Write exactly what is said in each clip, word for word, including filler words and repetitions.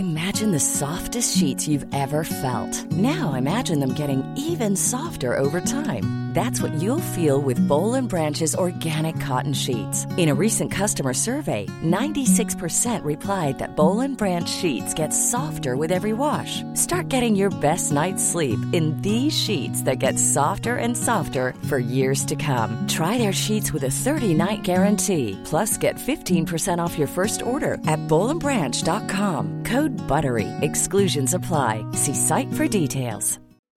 Imagine the softest sheets you've ever felt. Now imagine them getting even softer over time. That's what you'll feel with Boll and Branch's organic cotton sheets. In a recent customer survey, ninety-six percent replied that Boll and Branch sheets get softer with every wash. Start getting your best night's sleep in these sheets that get softer and softer for years to come. Try their sheets with a thirty-night guarantee. Plus, get fifteen percent off your first order at boll and branch dot com. Code BUTTERY. Exclusions apply. See site for details.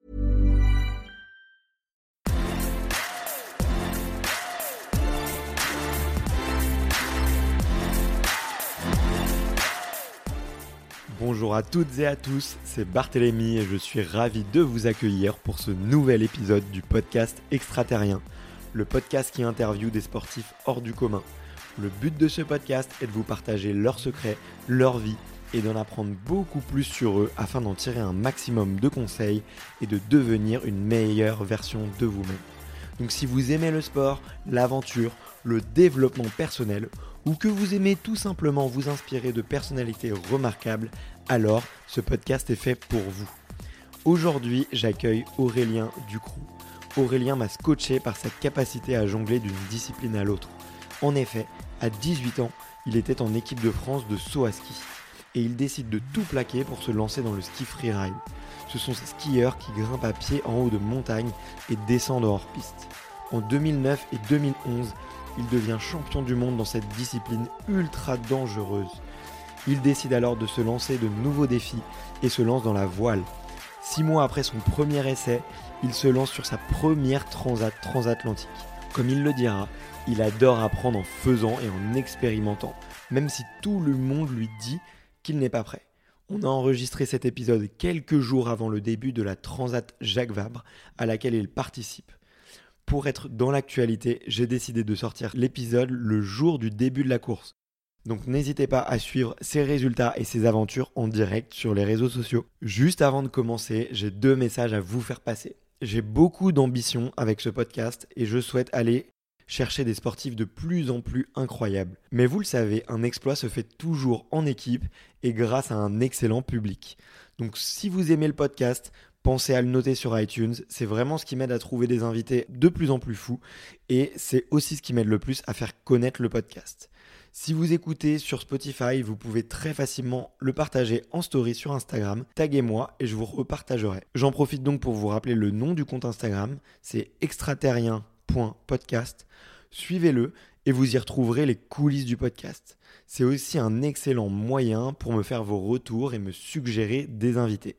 Bonjour à toutes et à tous, c'est Barthélémy et je suis ravi de vous accueillir pour ce nouvel épisode du podcast Extraterrien, le podcast qui interviewe des sportifs hors du commun. Le but de ce podcast est de vous partager leurs secrets, leur vie et d'en apprendre beaucoup plus sur eux afin d'en tirer un maximum de conseils et de devenir une meilleure version de vous-même. Donc si vous aimez le sport, l'aventure, le développement personnel ou que vous aimez tout simplement vous inspirer de personnalités remarquables, alors ce podcast est fait pour vous. Aujourd'hui, j'accueille Aurélien Ducrot. Aurélien m'a scotché par sa capacité à jongler d'une discipline à l'autre. En effet, à dix-huit ans, il était en équipe de France de saut à ski. Et il décide de tout plaquer pour se lancer dans le ski freeride. Ce sont ces skieurs qui grimpent à pied en haut de montagnes et descendent hors piste. En deux mille neuf et deux mille onze, il devient champion du monde dans cette discipline ultra dangereuse. Il décide alors de se lancer de nouveaux défis et se lance dans la voile. Six mois après son premier essai, il se lance sur sa première transat transatlantique. Comme il le dira, il adore apprendre en faisant et en expérimentant, même si tout le monde lui dit qu'il n'est pas prêt. On a enregistré cet épisode quelques jours avant le début de la Transat Jacques Vabre, à laquelle il participe. Pour être dans l'actualité, j'ai décidé de sortir l'épisode le jour du début de la course. Donc n'hésitez pas à suivre ses résultats et ses aventures en direct sur les réseaux sociaux. Juste avant de commencer, j'ai deux messages à vous faire passer. J'ai beaucoup d'ambition avec ce podcast et je souhaite aller chercher des sportifs de plus en plus incroyables. Mais vous le savez, un exploit se fait toujours en équipe et grâce à un excellent public. Donc si vous aimez le podcast, pensez à le noter sur iTunes, c'est vraiment ce qui m'aide à trouver des invités de plus en plus fous et c'est aussi ce qui m'aide le plus à faire connaître le podcast. Si vous écoutez sur Spotify, vous pouvez très facilement le partager en story sur Instagram, taguez-moi et je vous repartagerai. J'en profite donc pour vous rappeler le nom du compte Instagram, c'est extraterrien point podcast. Suivez-le et vous y retrouverez les coulisses du podcast. C'est aussi un excellent moyen pour me faire vos retours et me suggérer des invités.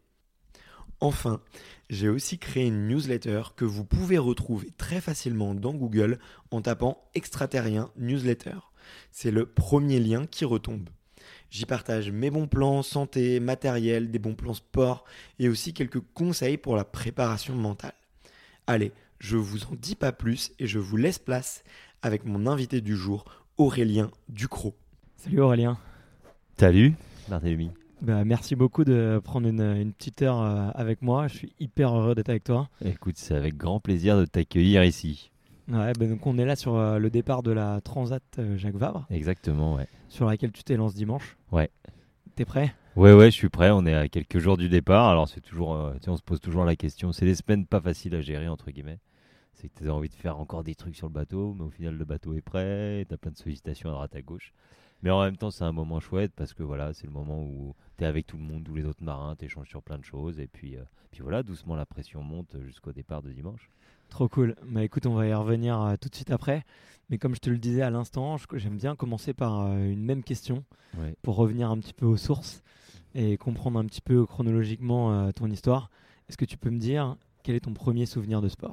Enfin, j'ai aussi créé une newsletter que vous pouvez retrouver très facilement dans Google en tapant Extraterrien Newsletter. C'est le premier lien qui retombe. J'y partage mes bons plans santé, matériel, des bons plans sport et aussi quelques conseils pour la préparation mentale. Allez, je vous en dis pas plus et je vous laisse place avec mon invité du jour, Aurélien Ducrot. Salut Aurélien. Salut Barthélémy. Bah, merci beaucoup de prendre une, une petite heure euh, avec moi. Je suis hyper heureux d'être avec toi. Écoute, c'est avec grand plaisir de t'accueillir ici. Ouais, bah, donc on est là sur euh, le départ de la Transat euh, Jacques Vabre. Exactement, ouais. Sur laquelle tu t'es lancé dimanche. Ouais. T'es prêt ? Ouais, ouais, je suis prêt. On est à quelques jours du départ. Alors, c'est toujours, euh, tu sais, on se pose toujours la question. C'est des semaines pas faciles à gérer, entre guillemets. C'est que tu as envie de faire encore des trucs sur le bateau, mais au final, le bateau est prêt. Tu as plein de sollicitations à droite à gauche. Mais en même temps, c'est un moment chouette parce que voilà, c'est le moment où tu es avec tout le monde, tous les autres marins, tu échanges sur plein de choses. Et puis, euh, puis voilà, doucement, la pression monte jusqu'au départ de dimanche. Trop cool. Bah écoute, on va y revenir euh, tout de suite après. Mais comme je te le disais à l'instant, je- j'aime bien commencer par euh, une même question Ouais. pour revenir un petit peu aux sources et comprendre un petit peu chronologiquement euh, ton histoire. Est-ce que tu peux me dire quel est ton premier souvenir de sport ?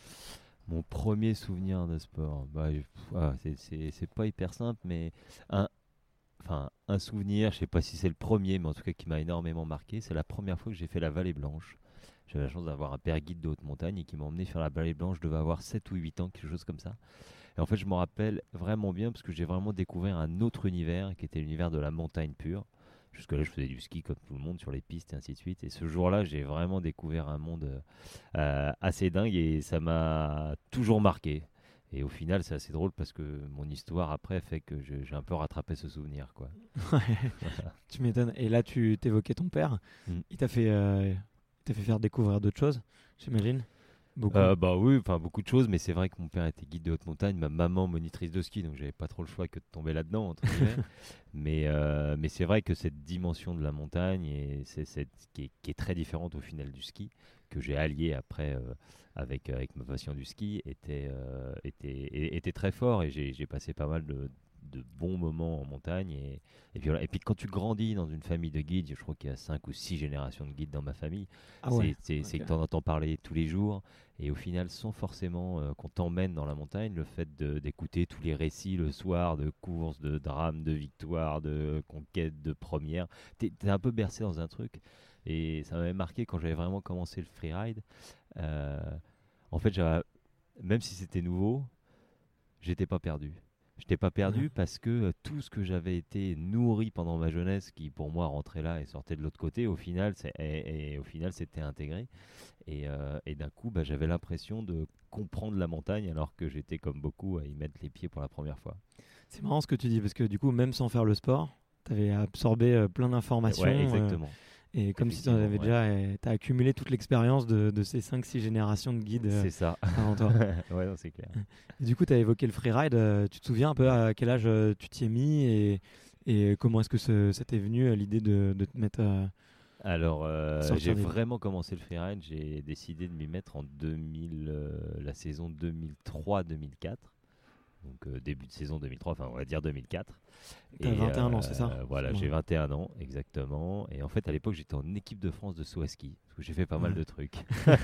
Mon premier souvenir de sport, bah, je- ah, c'est, c'est, c'est pas hyper simple, mais un, enfin, un souvenir, je sais pas si c'est le premier, mais en tout cas qui m'a énormément marqué, c'est la première fois que j'ai fait la Vallée Blanche. J'avais la chance d'avoir un père guide de haute montagne et qui m'a emmené faire la Vallée Blanche. Je devais avoir sept ou huit ans, quelque chose comme ça. Et en fait, je m'en rappelle vraiment bien parce que j'ai vraiment découvert un autre univers qui était l'univers de la montagne pure. Jusque-là, je faisais du ski comme tout le monde sur les pistes et ainsi de suite. Et ce jour-là, j'ai vraiment découvert un monde euh, assez dingue et ça m'a toujours marqué. Et au final, c'est assez drôle parce que mon histoire après fait que je- j'ai un peu rattrapé ce souvenir, quoi. Ouais, Voilà. tu m'étonnes. Et là, tu t'évoquais ton père. Mm. Il t'a fait, euh, il t'a fait faire découvrir d'autres choses, j'imagine. Beaucoup. Euh, bah oui, enfin beaucoup de choses, mais c'est vrai que mon père était guide de haute montagne, ma maman monitrice de ski, donc j'avais pas trop le choix que de tomber là-dedans, entre guillemets. mais euh, mais c'est vrai que cette dimension de la montagne, et c'est, c'est, qui, est, qui est très différente au final du ski, que j'ai allié après euh, avec, avec ma passion du ski, était, euh, était, était très fort, et j'ai, j'ai passé pas mal de, de bons moments en montagne. Et, et, puis voilà. Et puis quand tu grandis dans une famille de guides, je crois qu'il y a cinq ou six générations de guides dans ma famille, Ah ouais. c'est, c'est, c'est Ok. que tu en entends parler tous les jours. Et au final, sans forcément euh, qu'on t'emmène dans la montagne, le fait de- d'écouter tous les récits le soir de courses, de drames, de victoires, de conquêtes, de premières, t'es, t'es un peu bercé dans un truc. Et ça m'avait marqué quand j'avais vraiment commencé le freeride. Euh, en fait, j'avais- même si c'était nouveau, j'étais pas perdu. J'étais pas perdu Ouais. parce que euh, tout ce que j'avais été nourri pendant ma jeunesse, qui pour moi rentrait là et sortait de l'autre côté, au final, c'est, et, et au final, c'était intégré. Et, euh, et d'un coup, bah, j'avais l'impression de comprendre la montagne alors que j'étais comme beaucoup à y mettre les pieds pour la première fois. C'est marrant ce que tu dis parce que du coup, même sans faire le sport, t'avais absorbé euh, plein d'informations. Ouais, euh, exactement. et comme si tu en avais Effectivement, déjà, euh, t'as accumulé toute l'expérience de, de ces cinq six générations de guides euh, C'est ça. avant toi. Ouais, non, c'est clair. Et du coup, tu as évoqué le freeride. euh, tu te souviens un peu à quel âge euh, tu t'y es mis et, et comment est-ce que ce- ça t'est venu euh, l'idée de, de te mettre euh, Alors, euh, Sortir j'ai des- vraiment commencé le freeride. J'ai décidé de m'y mettre en deux mille, euh, la saison deux mille trois deux mille quatre. Donc, euh, début de saison deux mille trois, enfin, on va dire deux mille quatre. T'as Et, vingt et un ans, euh, c'est ça Voilà, Ouais. j'ai vingt et un ans, exactement. Et en fait, à l'époque, j'étais en équipe de France de saut à ski, parce que j'ai fait pas mal Ouais. de trucs.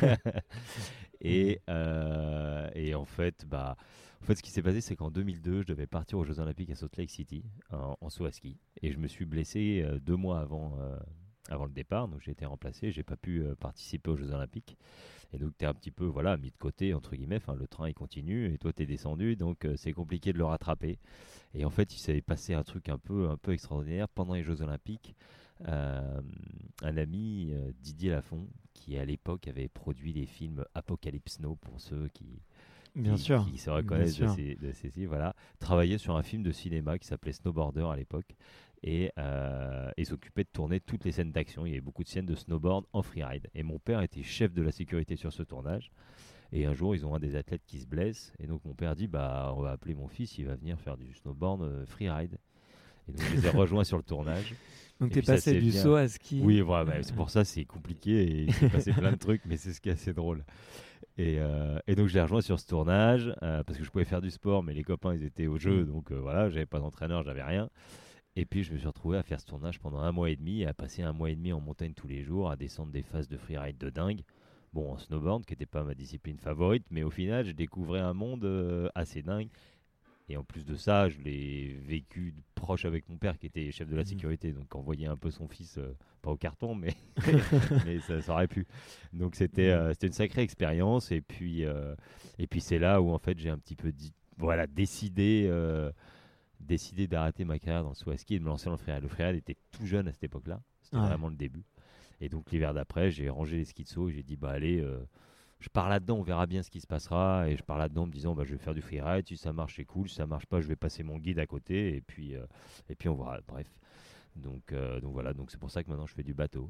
et, euh, et en fait, bah, en fait, ce qui s'est passé, c'est qu'en deux mille deux, je devais partir aux Jeux Olympiques à Salt Lake City en, en saut à ski. Et je me suis blessé euh, deux mois avant, euh, avant le départ, donc j'ai été remplacé. J'ai pas pu euh, participer aux Jeux Olympiques. Et donc, tu es un petit peu voilà, mis de côté, entre guillemets. Enfin, le train, il continue et toi, tu es descendu. Donc, euh, c'est compliqué de le rattraper. Et en fait, il s'est passé un truc un peu, un peu extraordinaire. Pendant les Jeux Olympiques, euh, un ami, euh, Didier Lafont, qui à l'époque avait produit les films Apocalypse Now, pour ceux qui, Bien qui, sûr. qui se reconnaissent Bien de sûr. ces, de ces films, voilà, travaillait sur un film de cinéma qui s'appelait Snowboarder à l'époque. Et, euh, et s'occupait de tourner toutes les scènes d'action. Il y avait beaucoup de scènes de snowboard en freeride. Et mon père était chef de la sécurité sur ce tournage. Et un jour, ils ont un des athlètes qui se blesse. Et donc, mon père dit bah, on va appeler mon fils, il va venir faire du snowboard euh, freeride. Et donc, je les ai rejoints sur le tournage. Donc, Et t'es puis ça, passé c'est du bien. saut à ski. Oui, voilà, bah, c'est pour ça c'est compliqué et il s'est passé plein de trucs, mais c'est ce qui est assez drôle. Et, euh, et donc, je l'ai rejoint sur ce tournage euh, parce que je pouvais faire du sport, mais les copains ils étaient au jeu, donc euh, voilà, j'avais pas d'entraîneur, j'avais rien. Et puis, je me suis retrouvé à faire ce tournage pendant un mois et demi, et à passer un mois et demi en montagne tous les jours, à descendre des phases de freeride de dingue. Bon, en snowboard, qui n'était pas ma discipline favorite, mais au final, je découvrais un monde euh, assez dingue. Et en plus de ça, je l'ai vécu de proche avec mon père, qui était chef de la Mhm. sécurité, donc on voyait un peu son fils, euh, pas au carton, mais, mais ça, ça aurait pu. Donc c'était euh, c'était une sacrée expérience. Et puis, euh, et puis c'est là où en fait j'ai un petit peu dit, voilà, décidé. euh, décidé d'arrêter ma carrière dans le saut à ski et de me lancer dans le freeride. Le freeride était tout jeune à cette époque-là, c'était Ouais. vraiment le début. Et donc l'hiver d'après, j'ai rangé les skis de saut et j'ai dit bah allez, euh, je pars là-dedans, on verra bien ce qui se passera. Et je pars là-dedans en me disant bah je vais faire du freeride, si ça marche c'est cool, si ça marche pas je vais passer mon guide à côté et puis euh, et puis on verra. Bref, donc euh, donc voilà, donc c'est pour ça que maintenant je fais du bateau.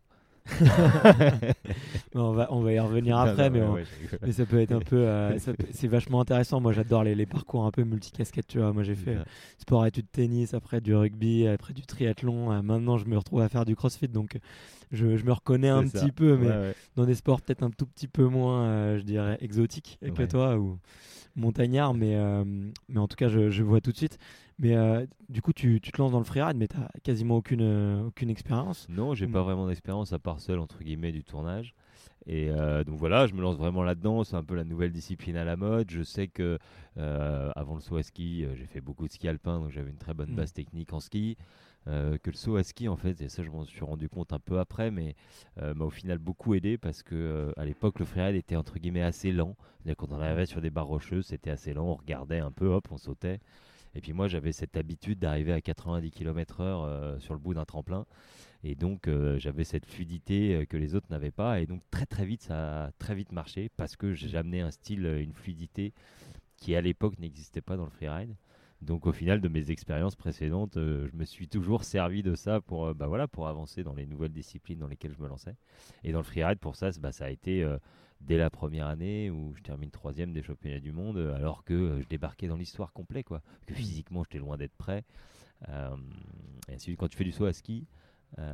on, va, on va y revenir Non, après, non, mais, ouais, on- ouais, je rigole. mais ça peut être un peu. euh, ça peut- c'est vachement intéressant. Moi, j'adore les, les parcours un peu multicasquettes. Tu vois, moi, j'ai fait euh, sport études tennis, après du rugby, après du triathlon. euh, maintenant, je me retrouve à faire du crossfit, donc je, je me reconnais un C'est ça. petit peu, mais Ouais, ouais. dans des sports peut-être un tout petit peu moins, euh, je dirais, exotiques que Ouais. toi ou montagnards, mais, euh, mais en tout cas, je, je vois tout de suite. Mais euh, du coup, tu, tu te lances dans le freeride, mais tu n'as quasiment aucune, euh, aucune expérience. Non, j'ai Mm. pas vraiment d'expérience à part celle entre guillemets du tournage. Et euh, donc voilà, je me lance vraiment là-dedans. C'est un peu la nouvelle discipline à la mode. Je sais que euh, avant le saut à ski, euh, j'ai fait beaucoup de ski alpin, donc j'avais une très bonne Mm. base technique en ski. Euh, que le saut à ski, en fait, et ça je m'en suis rendu compte un peu après, mais euh, m'a au final beaucoup aidé parce que euh, à l'époque le freeride était entre guillemets assez lent. C'est-à-dire quand on arrivait sur des barres rocheuses, c'était assez lent. On regardait un peu, hop, on sautait. Et puis moi, j'avais cette habitude d'arriver à quatre-vingt-dix kilomètres heure euh, sur le bout d'un tremplin. Et donc, euh, j'avais cette fluidité euh, que les autres n'avaient pas. Et donc, très très vite, ça a très vite marché parce que j'ai amené un style, euh, une fluidité qui à l'époque n'existait pas dans le freeride. Donc au final de mes expériences précédentes, euh, je me suis toujours servi de ça pour, euh, bah voilà, pour avancer dans les nouvelles disciplines dans lesquelles je me lançais. Et dans le freeride, pour ça, bah, ça a été euh, dès la première année où je termine troisième des championnats du monde, euh, alors que euh, je débarquais dans l'histoire complète, quoi. Que physiquement, j'étais loin d'être prêt. Euh, et ensuite, quand tu fais du saut à ski, euh,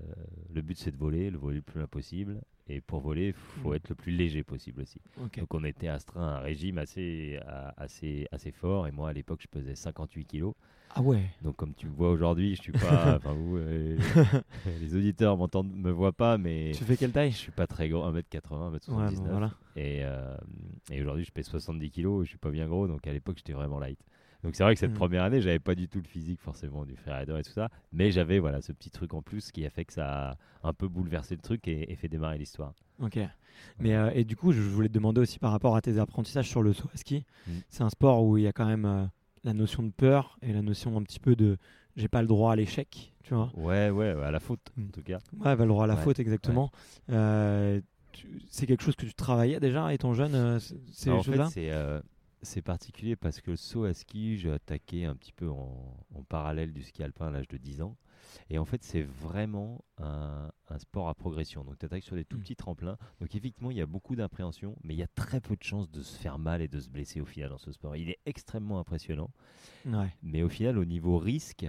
le but c'est de voler, le voler le plus loin possible. Et pour voler, il faut Mmh. être le plus léger possible aussi. Ok. Donc on était astreint à un régime assez, à- assez, assez fort. Et moi, à l'époque, je pesais cinquante-huit kilos. Ah ouais. Donc comme tu me vois aujourd'hui, je suis pas... Enfin, vous, euh, les auditeurs m'entendent, me voient pas, mais Tu fais quelle taille? je suis pas très gros, un mètre quatre-vingts, un mètre Ouais, soixante-dix-neuf. bon, voilà. Et, euh, et aujourd'hui, je pèse soixante-dix kilos, je suis pas bien gros. Donc à l'époque, j'étais vraiment light. Donc c'est vrai que cette Mm. première année, j'avais pas du tout le physique forcément du freerider et tout ça. Mais j'avais voilà, ce petit truc en plus qui a fait que ça a un peu bouleversé le truc et, et fait démarrer l'histoire. Ok. Mais euh, et du coup, je voulais te demander aussi par rapport à tes apprentissages sur le saut à ski. Mm. C'est un sport où il y a quand même euh, la notion de peur et la notion un petit peu de j'ai pas le droit à l'échec, tu vois. Ouais, ouais, à la faute Mm. en tout cas. Ouais, bah, le droit à la Ouais, faute, exactement. Euh, tu- c'est quelque chose que tu travaillais déjà étant jeune, euh, c- ces Alors, en fait, choses-là. c'est euh, c'est particulier parce que le saut à ski, j'ai attaqué un petit peu en, en parallèle du ski alpin à l'âge de dix ans. Et en fait, c'est vraiment un, un sport à progression. Donc, tu attaques sur des tout Mm. petits tremplins. Donc, effectivement, il y a beaucoup d'impréhension, mais il y a très peu de chances de se faire mal et de se blesser au final dans ce sport. Il est extrêmement impressionnant. Ouais. Mais au final, au niveau risque,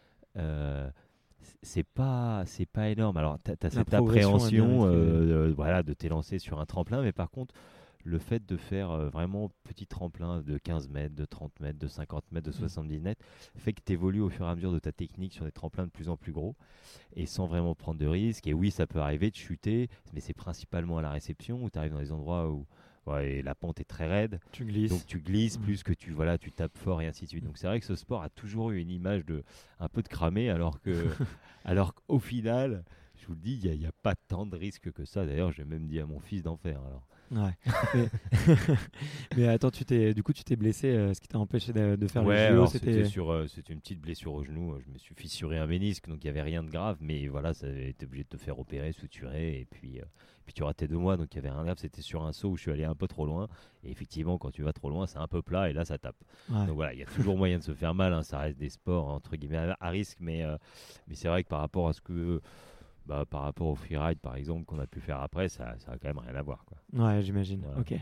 euh, c- c'est pas c'est pas énorme. Alors, tu as, La cette progression est bien appréhension maîtrisée. euh, de, voilà, de t'élancer sur un tremplin, mais par contre, le fait de faire euh, vraiment petit tremplin de quinze mètres, de trente mètres, de cinquante mètres, de soixante-dix mètres, fait que tu évolues au fur et à mesure de ta technique sur des tremplins de plus en plus gros et sans vraiment prendre de risques. Et oui, ça peut arriver de chuter, mais c'est principalement à la réception où tu arrives dans des endroits où ouais, la pente est très raide. Tu glisses. Donc tu glisses Mm. plus que tu voilà, tu tapes fort et ainsi de suite. Donc c'est vrai que ce sport a toujours eu une image de un peu de cramé, alors que alors qu'au final, je vous le dis, il n'y a, a pas tant de risques que ça. D'ailleurs, j'ai même dit à mon fils d'en faire. Alors. Ouais. mais... mais attends, tu t'es, du coup, tu t'es blessé. euh, ce qui t'a empêché de, de faire Ouais, le J O, alors c'était. c'était sur euh, c'était une petite blessure au genou. Je me suis fissuré un ménisque, donc il y avait rien de grave, mais voilà, ça été obligé de te faire opérer, suturer, et puis euh, puis tu ratais deux mois, donc il y avait rien de grave. C'était sur un saut où je suis allé un peu trop loin, et effectivement, quand tu vas trop loin, c'est un peu plat, et là, ça tape. Ouais. Donc voilà, il y a toujours moyen de se faire mal. Hein, ça reste des sports entre guillemets à, à risque, mais euh, mais c'est vrai que par rapport à ce que bah, par rapport au freeride par exemple qu'on a pu faire après, ça ça a quand même rien à voir, quoi. Ouais, j'imagine. Voilà. Ok.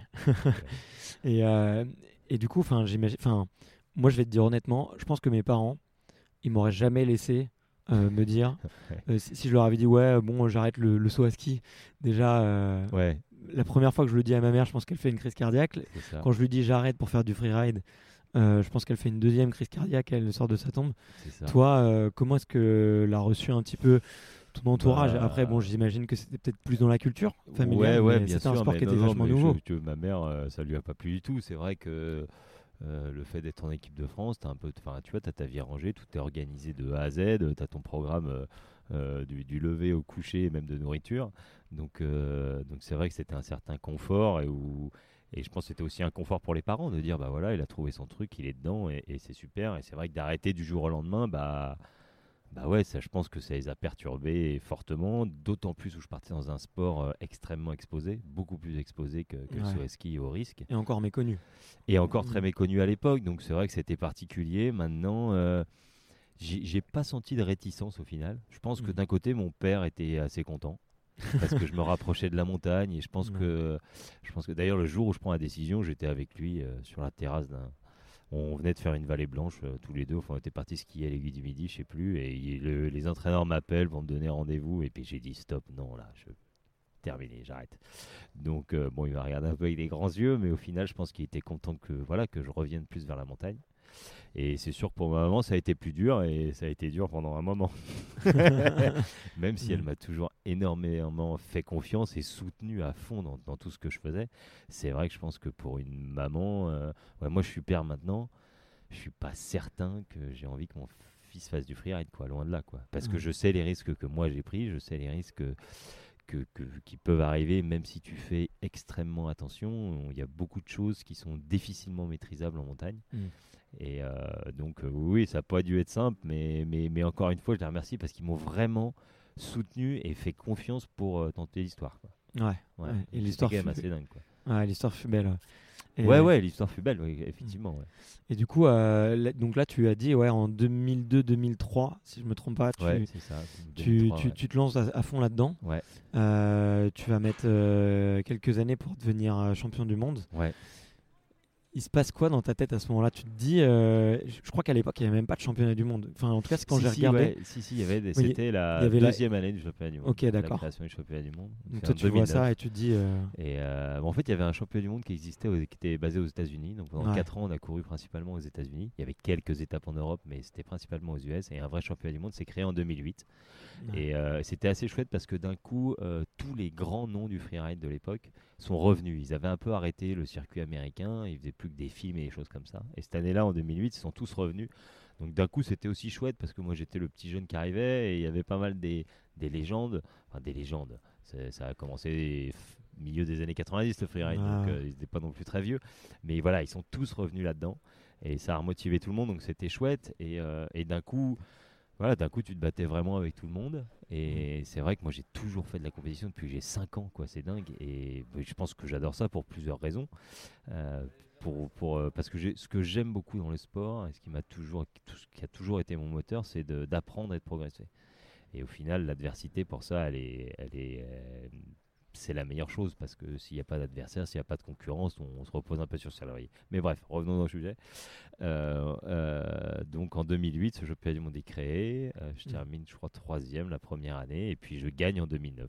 et, euh, et du coup, enfin, j'imagine. Enfin, moi, je vais te dire honnêtement, je pense que mes parents, ils m'auraient jamais laissé euh, me dire Ouais. euh, si, si je leur avais dit ouais, bon, j'arrête le, le saut à ski. Déjà, euh, Ouais, la première fois que je le dis à ma mère, je pense qu'elle fait une crise cardiaque. c'est ça. Quand je lui dis j'arrête pour faire du freeride, euh, je pense qu'elle fait une deuxième crise cardiaque. Elle sort de sa tombe. C'est ça. Toi, euh, comment est-ce que l'a reçu un petit peu ton entourage? Bah, Après, bon, j'imagine que c'était peut-être plus dans la culture familiale, Ouais, ouais, mais bien c'était un sûr, sport mais qui non, était non, vachement mais nouveau. je- tu vois, ma mère, euh, ça lui a pas plu du tout. C'est vrai que euh, le fait d'être en équipe de France, t'as un peu, enfin, tu vois, t'as ta vie rangée, tout est organisé de A à Z, t'as ton programme euh, euh, du, du lever au coucher, et même de nourriture. Donc, euh, donc c'est vrai que c'était un certain confort et où et je pense que c'était aussi un confort pour les parents de dire bah voilà, il a trouvé son truc, il est dedans et, et c'est super. Et c'est vrai que d'arrêter du jour au lendemain, bah bah ouais, ça, je pense que ça les a perturbés fortement, d'autant plus où je partais dans un sport euh, extrêmement exposé, beaucoup plus exposé que, que le Ouais. saut à ski au risque, Et encore méconnu. et encore très Mm. méconnu à l'époque, donc c'est vrai que c'était particulier. Maintenant, euh, j'ai j'ai pas senti de réticence au final. Je pense que Mm. d'un côté, mon père était assez content. Parce que je me rapprochais de la montagne et je pense Ouais. que je pense que d'ailleurs le jour où je prends la décision, j'étais avec lui euh, sur la terrasse d'un. On venait de faire une vallée blanche euh, tous les deux. Enfin, on était partis skier à l'aiguille du midi, je sais plus. Et il- le- les entraîneurs m'appellent, vont me donner rendez-vous. Et puis j'ai dit stop, non là, je terminé, j'arrête. Donc euh, bon, il m'a regardé un peu avec des grands yeux, mais au final, je pense qu'il était content que voilà que je revienne plus vers la montagne. Et c'est sûr que pour ma maman, ça a été plus dur et ça a été dur pendant un moment. Même si elle Mm. m'a toujours énormément fait confiance et soutenu à fond dans, dans tout ce que je faisais, c'est vrai que je pense que pour une maman, euh, ouais, moi je suis père maintenant, je suis pas certain que j'ai envie que mon fils fasse du freeride, quoi, loin de là, quoi. Parce que Mm. je sais les risques que moi j'ai pris, je sais les risques que, que- qui peuvent arriver, même si tu fais extrêmement attention. Il y a beaucoup de choses qui sont difficilement maîtrisables en montagne. Mm. Et euh, donc, euh, oui, ça n'a pas dû être simple, mais, mais, mais encore une fois, je les remercie parce qu'ils m'ont vraiment soutenu et fait confiance pour euh, tenter l'histoire, quoi. Ouais. Ouais. ouais. Et C'était l'histoire quand même fut- assez dingue, quoi. Ouais, l'histoire fut belle. Et, Ouais, ouais, l'histoire fut belle, oui, effectivement. Ouais, et du coup, euh, là- donc là, tu as dit, ouais, en deux mille deux deux mille trois, si je me trompe pas, tu, ouais c'est ça. tu, deux mille trois, tu, ouais. tu te lances à, à fond là-dedans. Ouais, Euh, tu vas mettre euh, quelques années pour devenir euh, champion du monde. ouais. Il se passe quoi dans ta tête à ce moment-là? Tu te dis, euh, je je crois qu'à l'époque, il n'y avait même pas de championnat du monde. Enfin, en tout cas, c'est quand si, j'ai si, regardé. ouais, si, si, il y avait des- Oui, c'était la il y avait la- deuxième année du championnat du monde. Ok, d'accord. La création du championnat du monde. Donc C'est toi, en tu vois deux mille neuf. ça et tu te dis, euh, Et euh, bon, en fait, il y avait un championnat du monde qui existait, aux- qui était basé aux États-Unis. Donc pendant Ouais. quatre ans, on a couru principalement aux États-Unis. Il y avait quelques étapes en Europe, mais c'était principalement aux U S. Et un vrai championnat du monde s'est créé en deux mille huit. ouais. Et euh, c'était assez chouette parce que d'un coup, euh, tous les grands noms du freeride de l'époque sont revenus. Ils avaient un peu arrêté le circuit américain. Ils faisaient plus que des films et des choses comme ça. Et cette année-là, en deux mille huit, ils sont tous revenus. Donc d'un coup, c'était aussi chouette parce que moi, j'étais le petit jeune qui arrivait et il y avait pas mal des, des légendes. Enfin, des légendes. C'est- ça a commencé f- milieu des années quatre-vingt-dix, le freeride. Ah Donc ouais. euh, ils n'étaient pas non plus très vieux. Mais voilà, ils sont tous revenus là-dedans. Et ça a remotivé tout le monde. Donc c'était chouette. Et, euh, et d'un coup... Voilà, d'un coup, tu te battais vraiment avec tout le monde. Et c'est vrai que moi, j'ai toujours fait de la compétition depuis que j'ai cinq ans, quoi. C'est dingue. Et bah, je pense que j'adore ça pour plusieurs raisons. Euh, pour, pour, euh, parce que j'ai- ce que j'aime beaucoup dans le sport, et ce qui m'a toujours, tout ce qui a toujours été mon moteur, c'est de- d'apprendre et de progresser. Et au final, l'adversité, pour ça, elle est, elle est, euh, c'est la meilleure chose parce que s'il n'y a pas d'adversaire, s'il n'y a pas de concurrence, on, on se repose un peu sur ses lauriers. Mais bref, revenons dans le sujet. Euh, euh, donc en deux mille huit, ce championnat du monde est créé. Euh, je Mm. termine, je crois, troisième la première année, et puis je gagne en deux mille neuf.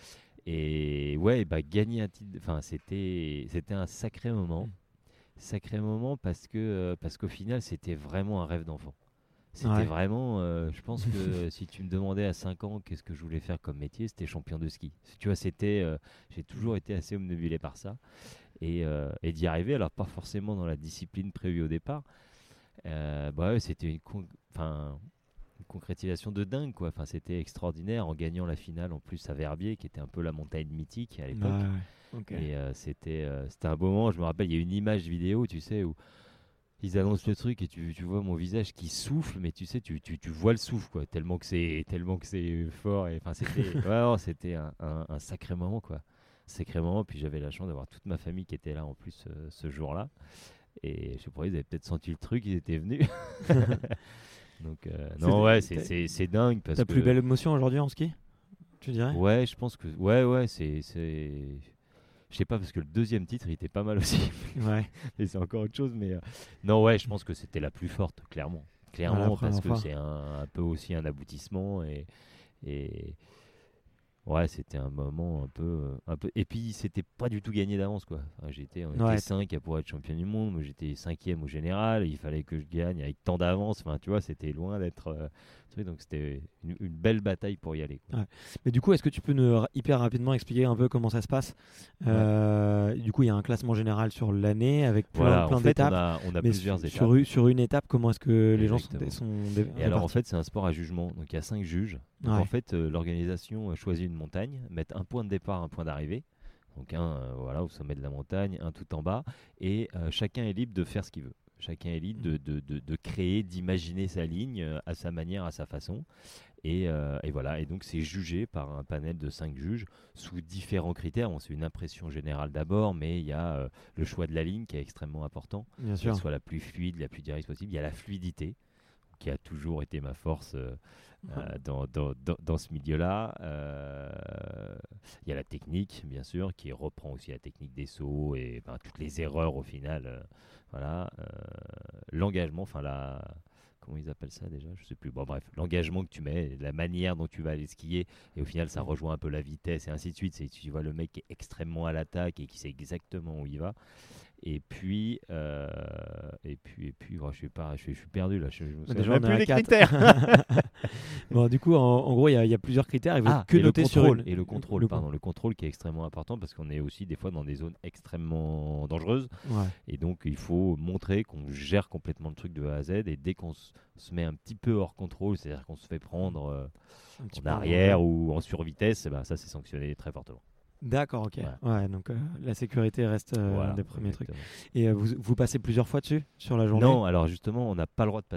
Et ouais, bah gagner un titre, enfin c'était, c'était un sacré moment, Mm. sacré moment parce que euh, parce qu'au final, c'était vraiment un rêve d'enfant. C'était Ouais. vraiment, euh, je pense que si tu me demandais à cinq ans qu'est-ce que je voulais faire comme métier, c'était champion de ski. Tu vois, c'était, euh, j'ai toujours été assez obnubilé par ça. Et, euh, et d'y arriver, alors pas forcément dans la discipline prévue au départ, euh, bah ouais, c'était une, con- enfin, une concrétisation de dingue, quoi. Enfin, c'était extraordinaire en gagnant la finale en plus à Verbier, qui était un peu la montagne mythique à l'époque. Ouais, ouais. Ok. Et euh, c'était, euh, c'était un beau moment. Je me rappelle, il y a une image vidéo, tu sais, où ils annoncent le truc et tu, tu vois mon visage qui souffle, mais tu sais, tu, tu, tu vois le souffle, quoi, tellement que c'est, tellement que c'est fort. Et, enfin, c'était, ouais, non, c'était un, un, un sacré moment, quoi. Sacré moment. Puis j'avais la chance d'avoir toute ma famille qui était là en plus euh, ce jour-là. Et je sais pas, ils avaient peut-être senti le truc, ils étaient venus. Donc, euh, non, C'est- ouais, c'est, t'as- c'est, c'est dingue parce Ta que. plus belle émotion aujourd'hui en ski, tu dirais? Ouais, je pense que. Ouais, ouais, c'est. c'est... Je sais pas, parce que le deuxième titre, il était pas mal aussi. Ouais. Et c'est encore autre chose, mais. euh, Non, ouais, je pense que c'était la plus forte, clairement. Clairement, Voilà, parce première que fois. c'est un, un peu aussi un aboutissement. Et. et... Ouais, c'était un moment un peu, euh, un peu. Et puis, c'était pas du tout gagné d'avance, quoi. Enfin, j'étais, on Ouais. était cinq à pouvoir être champion du monde. Moi, j'étais cinquième au général. Il fallait que je gagne avec tant d'avance. Enfin, tu vois, c'était loin d'être. euh, truc, donc, c'était une, une belle bataille pour y aller, quoi. Ouais. Mais du coup, est-ce que tu peux nous ra- hyper rapidement expliquer un peu comment ça se passe? Euh, Du coup, il y a un classement général sur l'année avec plein, Voilà, plein en fait, on d'étapes. a, on a Mais plusieurs sur, étapes. sur, une- sur une étape, comment est-ce que les gens sont, Exactement. sont dé- Et alors en répartis? fait c'est un sport à jugement, donc il y a cinq juges. Donc Ouais. en fait euh, l'organisation euh, choisit une montagne, met un point de départ, un point d'arrivée. Donc un euh, voilà, au sommet de la montagne, un tout en bas, et euh, chacun est libre de faire ce qu'il veut. Chacun est libre de, de, de, de créer, d'imaginer sa ligne euh, à sa manière, à sa façon. Et, euh, et voilà, et donc c'est jugé par un panel de cinq juges sous différents critères. Bon, c'est une impression générale d'abord, mais il y a euh, le choix de la ligne qui est extrêmement important, Bien qu'elle sûr. soit la plus fluide, la plus directe possible. Il y a la fluidité, qui a toujours été ma force euh, euh, dans, dans, dans, dans ce milieu-là. Euh, il y a la technique, bien sûr, qui reprend aussi la technique des sauts et ben, toutes les erreurs au final. euh, voilà. Euh, l'engagement, enfin la... Comment ils appellent ça déjà? Je sais plus. Bon, bref, l'engagement que tu mets, la manière dont tu vas aller skier, et au final, ça rejoint un peu la vitesse et ainsi de suite. C'est, tu vois le mec qui est extrêmement à l'attaque et qui sait exactement où il va. Et puis, euh, et puis, et puis, oh, je suis pas, je suis, je suis perdu là. Je, je me souviens Déjà, même on est plus à des quatre. critères. Bon, du coup, en, en gros, il y, a- il y a plusieurs critères. Ils veulent Ah, que et le noter sur contrôle, une- et le contrôle, le- pardon, le contrôle qui est extrêmement important parce qu'on est aussi des fois dans des zones extrêmement dangereuses. Ouais. Et donc, il faut montrer qu'on gère complètement le truc de A à Z. Et dès qu'on s- se met un petit peu hors contrôle, c'est-à-dire qu'on se fait prendre euh, Un petit en peu, arrière ouais. ou en survitesse, eh ben, ça c'est sanctionné très fortement. D'accord, ok. Ouais. Ouais, donc euh, la sécurité reste euh, Voilà, un des premiers trucs. exactement. Et euh, vous, vous passez plusieurs fois dessus sur la journée? Non, alors justement, on n'a pas le droit de passer.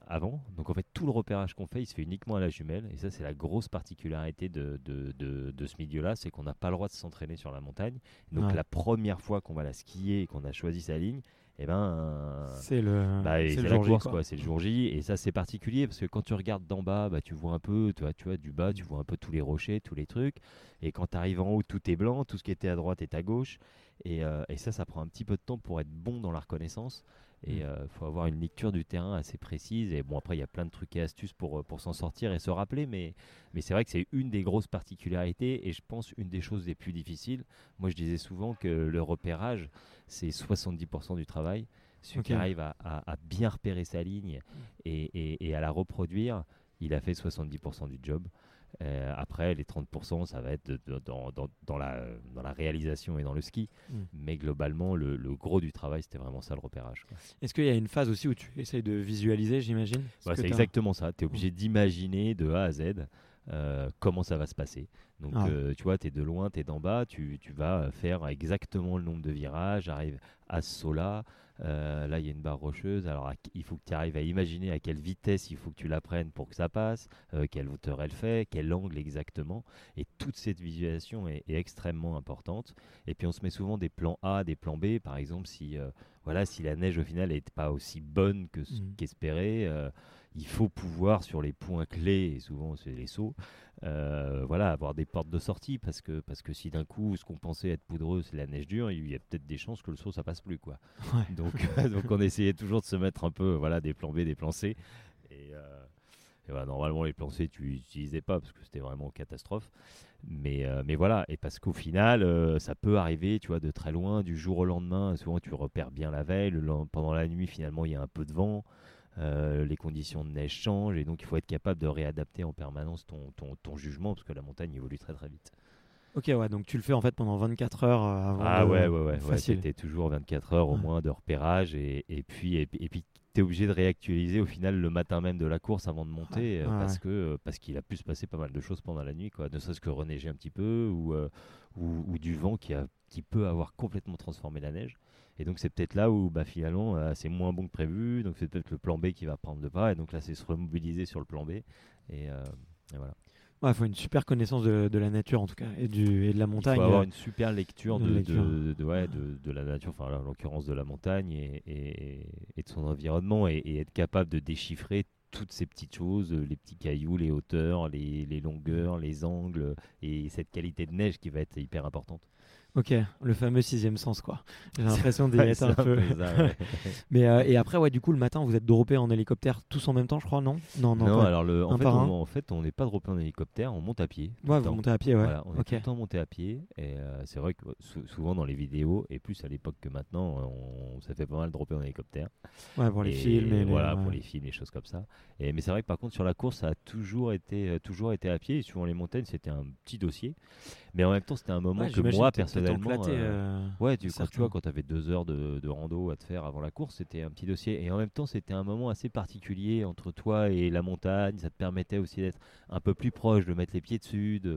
avant. Donc en fait, tout le repérage qu'on fait, il se fait uniquement à la jumelle. Et ça, c'est la grosse particularité de, de, de, de ce milieu-là, c'est qu'on n'a pas le droit de s'entraîner sur la montagne. Donc Ouais. la première fois qu'on va la skier et qu'on a choisi sa ligne, eh ben, euh, C'est le, bah, c'est c'est le la jour J, course, quoi. quoi. C'est le jour J. Et ça, c'est particulier parce que quand tu regardes d'en bas, bah, tu vois un peu, tu vois, tu vois, du bas, tu vois un peu tous les rochers, tous les trucs. Et quand tu arrives en haut, tout est blanc, tout ce qui était à droite est à gauche. Et, euh, et ça, ça prend un petit peu de temps pour être bon dans la reconnaissance. Et il euh, faut avoir une lecture du terrain assez précise. Et bon, après, il y a plein de trucs et astuces pour, pour s'en sortir et se rappeler. Mais, mais c'est vrai que c'est une des grosses particularités. Et je pense une des choses les plus difficiles. Moi, je disais souvent que le repérage, c'est soixante-dix pour cent du travail. Celui Ok. qui arrive à, à- à bien repérer sa ligne et, et- et à la reproduire, il a fait soixante-dix pour cent du job. Euh, après, les trente pour cent, ça va être de- de- dans, dans- dans la, dans la réalisation et dans le ski. Mm. Mais globalement, le, le gros du travail, c'était vraiment ça, le repérage, quoi. Est-ce qu'il y a une phase aussi où tu essayes de visualiser, j'imagine? Parce Ouais, que c'est t'as- exactement ça. Tu es obligé d'imaginer de A à Z euh, comment ça va se passer. Donc, Ah ouais. euh, tu vois, tu es de loin, tu es d'en bas, tu, tu vas faire exactement le nombre de virages, arrive à ce saut-là. Euh, là, il y a une barre rocheuse. Alors, à- il faut que tu arrives à imaginer à quelle vitesse il faut que tu la prennes pour que ça passe, euh, quelle hauteur elle fait, quel angle exactement. Et toute cette visualisation est, est extrêmement importante. Et puis, on se met souvent des plans A, des plans B. Par exemple, si, euh, voilà, si la neige, au final, n'est pas aussi bonne que ce Mhm. qu'espéré, euh, il faut pouvoir, sur les points clés, et souvent c'est les sauts, euh, voilà, avoir des portes de sortie, parce que, parce que si d'un coup, ce qu'on pensait être poudreux, c'est la neige dure, il y a peut-être des chances que le saut, ça passe plus, quoi. Ouais. Donc, donc on essayait toujours de se mettre un peu, voilà, des plans B, des plans C. Et, euh, et voilà, normalement, les plans C, tu n'utilisais pas, parce que c'était vraiment catastrophe. Mais, euh, mais voilà, et parce qu'au final, euh, ça peut arriver, tu vois, de très loin, du jour au lendemain. Souvent, tu repères bien la veille. Le lend- pendant la nuit, finalement, il y a un peu de vent. Euh, les conditions de neige changent. Et donc, il faut être capable de réadapter en permanence ton, ton, ton jugement, parce que la montagne évolue très, très vite. Ok, ouais, donc tu le fais en fait pendant vingt-quatre heures euh, avant Ah de... ouais, ouais, ouais. ouais Facile. C'était toujours vingt-quatre heures au Ouais. moins de repérage. Et, et puis, et, puis- et puis tu es obligé de réactualiser au final le matin même de la course avant de monter, Ouais, euh, ouais, parce ouais. que euh, parce qu'il a pu se passer pas mal de choses pendant la nuit, quoi. Ne serait-ce que reneiger un petit peu ou, euh, ou, ou du vent qui, a, qui peut avoir complètement transformé la neige. Et donc c'est peut-être là où bah, finalement euh, c'est moins bon que prévu. Donc c'est peut-être le plan B qui va prendre le pas. Et donc là c'est se remobiliser sur le plan B. Et, euh, et voilà. Ouais, il faut une super connaissance de, de la nature en tout cas et, du, et de la Il montagne. faut avoir euh, une super lecture de de, de, lecture. de, de- ouais, de, de la nature, enfin là, en l'occurrence de la montagne et, et, et de son environnement, et, et être capable de déchiffrer toutes ces petites choses, euh, les petits cailloux, les hauteurs, les, les longueurs, les angles, et cette qualité de neige qui va être hyper importante. Ok, le fameux sixième sens quoi. J'ai l'impression d'y Ouais, être c'est un peu. ça, ouais. Mais euh, et après ouais, du coup le matin vous êtes droppé en hélicoptère tous en même temps, je crois, non? Non, non. Non, pas- alors le, en, un fait, par un. on, en fait, on n'est pas droppé en hélicoptère, on monte à pied. tout Ouais, le vous temps. montez à pied, ouais. Voilà, on est Ok. tout le temps monté à pied. Et euh, c'est vrai que sou- souvent dans les vidéos, et plus à l'époque que maintenant, on, ça fait pas mal dropper en hélicoptère. Ouais, pour les Et films et les- voilà, ouais. pour les films, les choses comme ça. Et, mais c'est vrai que par contre, sur la course, ça a toujours été, euh, toujours été à pied. Et suivant les montagnes, c'était un petit dossier. Mais en même temps, c'était un moment Ouais, que j'imagine moi, que t'es peut-être personnellement. enclaté, euh, euh, ouais, tu, quand tu certains. vois, quand tu avais deux heures de, de rando à te faire avant la course, c'était un petit dossier. Et en même temps, c'était un moment assez particulier entre toi et la montagne. Ça te permettait aussi d'être un peu plus proche, de mettre les pieds dessus, de,